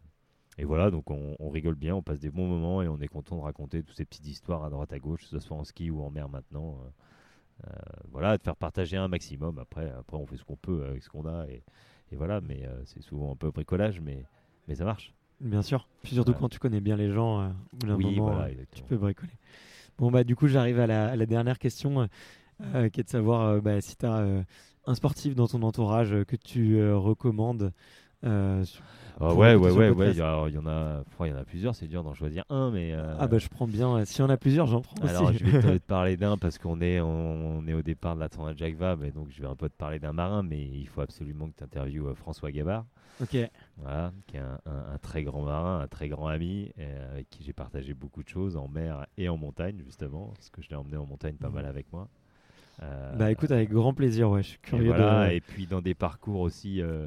et voilà, donc on, on rigole bien, on passe des bons moments et on est content de raconter toutes ces petites histoires à droite à gauche, que ce soit en ski ou en mer maintenant. Euh, euh, voilà, de faire partager un maximum. Après, après on fait ce qu'on peut avec ce qu'on a et, et voilà, mais euh, c'est souvent un peu bricolage, mais mais ça marche. Bien sûr. Puis surtout Ouais. quand tu connais bien les gens, euh, au bout d'un Oui, moment, voilà, euh, tu exactement. peux bricoler. Bon, bah, du coup, j'arrive à la, à la dernière question euh, euh, qui est de savoir euh, bah, si tu as un sportif dans ton entourage euh, que tu euh, recommandes. euh, sur- Ah pour ouais, écouter ouais, sur ouais, le ouais. podcast. Il y, a- il y en a, oh, il y en a plusieurs. C'est dur d'en choisir un, mais. euh, Ah bah je prends bien. euh, Si on a plusieurs, j'en prends alors, aussi. je vais te, te parler d'un parce qu'on est, on, on est au départ de la Transat Jacques Vabre, et donc je vais un peu te parler d'un marin, mais il faut absolument que tu interviewes euh, François Gabard, Ok. voilà, qui est un, un- un très grand marin, un très grand ami, euh, avec qui j'ai partagé beaucoup de choses en mer et en montagne justement, parce que je l'ai emmené en montagne pas Mhm. mal avec moi. Euh, Bah écoute, avec grand plaisir. Ouais, je suis et curieux voilà, de. et puis dans des parcours aussi euh,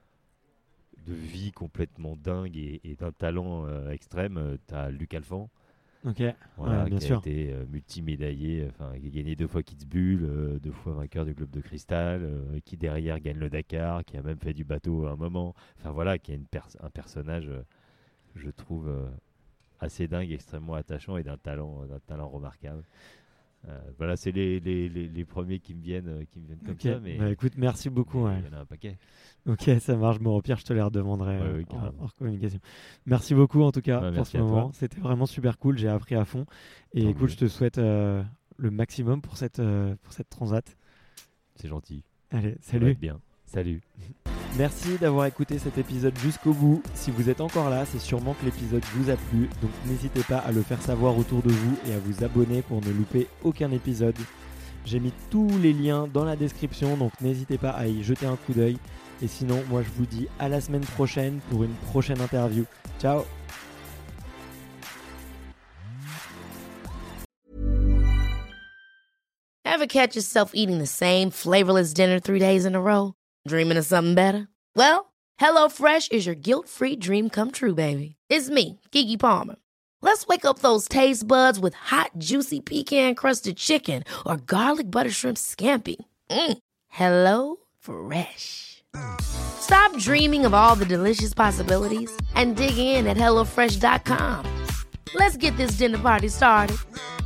de vie complètement dingue et, et d'un talent euh, extrême, tu as Luc Alphand. Ok. Voilà, Ouais, bien qui sûr. a été euh, multimédaillé, enfin qui a gagné deux fois Kitzbühel, euh, deux fois vainqueur du Globe de Cristal, euh, qui derrière gagne le Dakar, qui a même fait du bateau à un moment. Enfin voilà, qui est une pers- un personnage, euh, je trouve, euh, assez dingue, extrêmement attachant et d'un talent, d'un talent remarquable. Euh, voilà, c'est les, les, les, les premiers qui me viennent, euh, qui me viennent comme Ok. ça, mais Bah écoute, merci beaucoup. mais ouais. il y en a un paquet. Ok, ça marche. Bon, au pire, je te les redemanderai Ouais, euh, ouais, en- carrément. hors communication. Merci beaucoup en tout cas Ouais, pour merci ce à toi. moment. C'était vraiment super cool. J'ai appris à fond. Et Tant écoute, mieux. je te souhaite euh, le maximum pour cette, euh, pour cette transat. C'est gentil. Allez, Ça va salut. être bien. Salut. Merci d'avoir écouté cet épisode jusqu'au bout. Si vous êtes encore là, c'est sûrement que l'épisode vous a plu. Donc n'hésitez pas à le faire savoir autour de vous et à vous abonner pour ne louper aucun épisode. J'ai mis tous les liens dans la description, donc n'hésitez pas à y jeter un coup d'œil Et sinon, moi je vous dis à la semaine prochaine pour une prochaine interview. Ciao. Ever catch yourself eating the same flavorless dinner three days in a row? Dreaming of something better? Well, HelloFresh is your guilt-free dream come true, baby. It's me, Keke Palmer. Let's wake up those taste buds with hot, juicy pecan-crusted chicken or garlic butter shrimp scampi. Mm. Hello Fresh. Stop dreaming of all the delicious possibilities and dig in at hello fresh dot com. Let's get this dinner party started.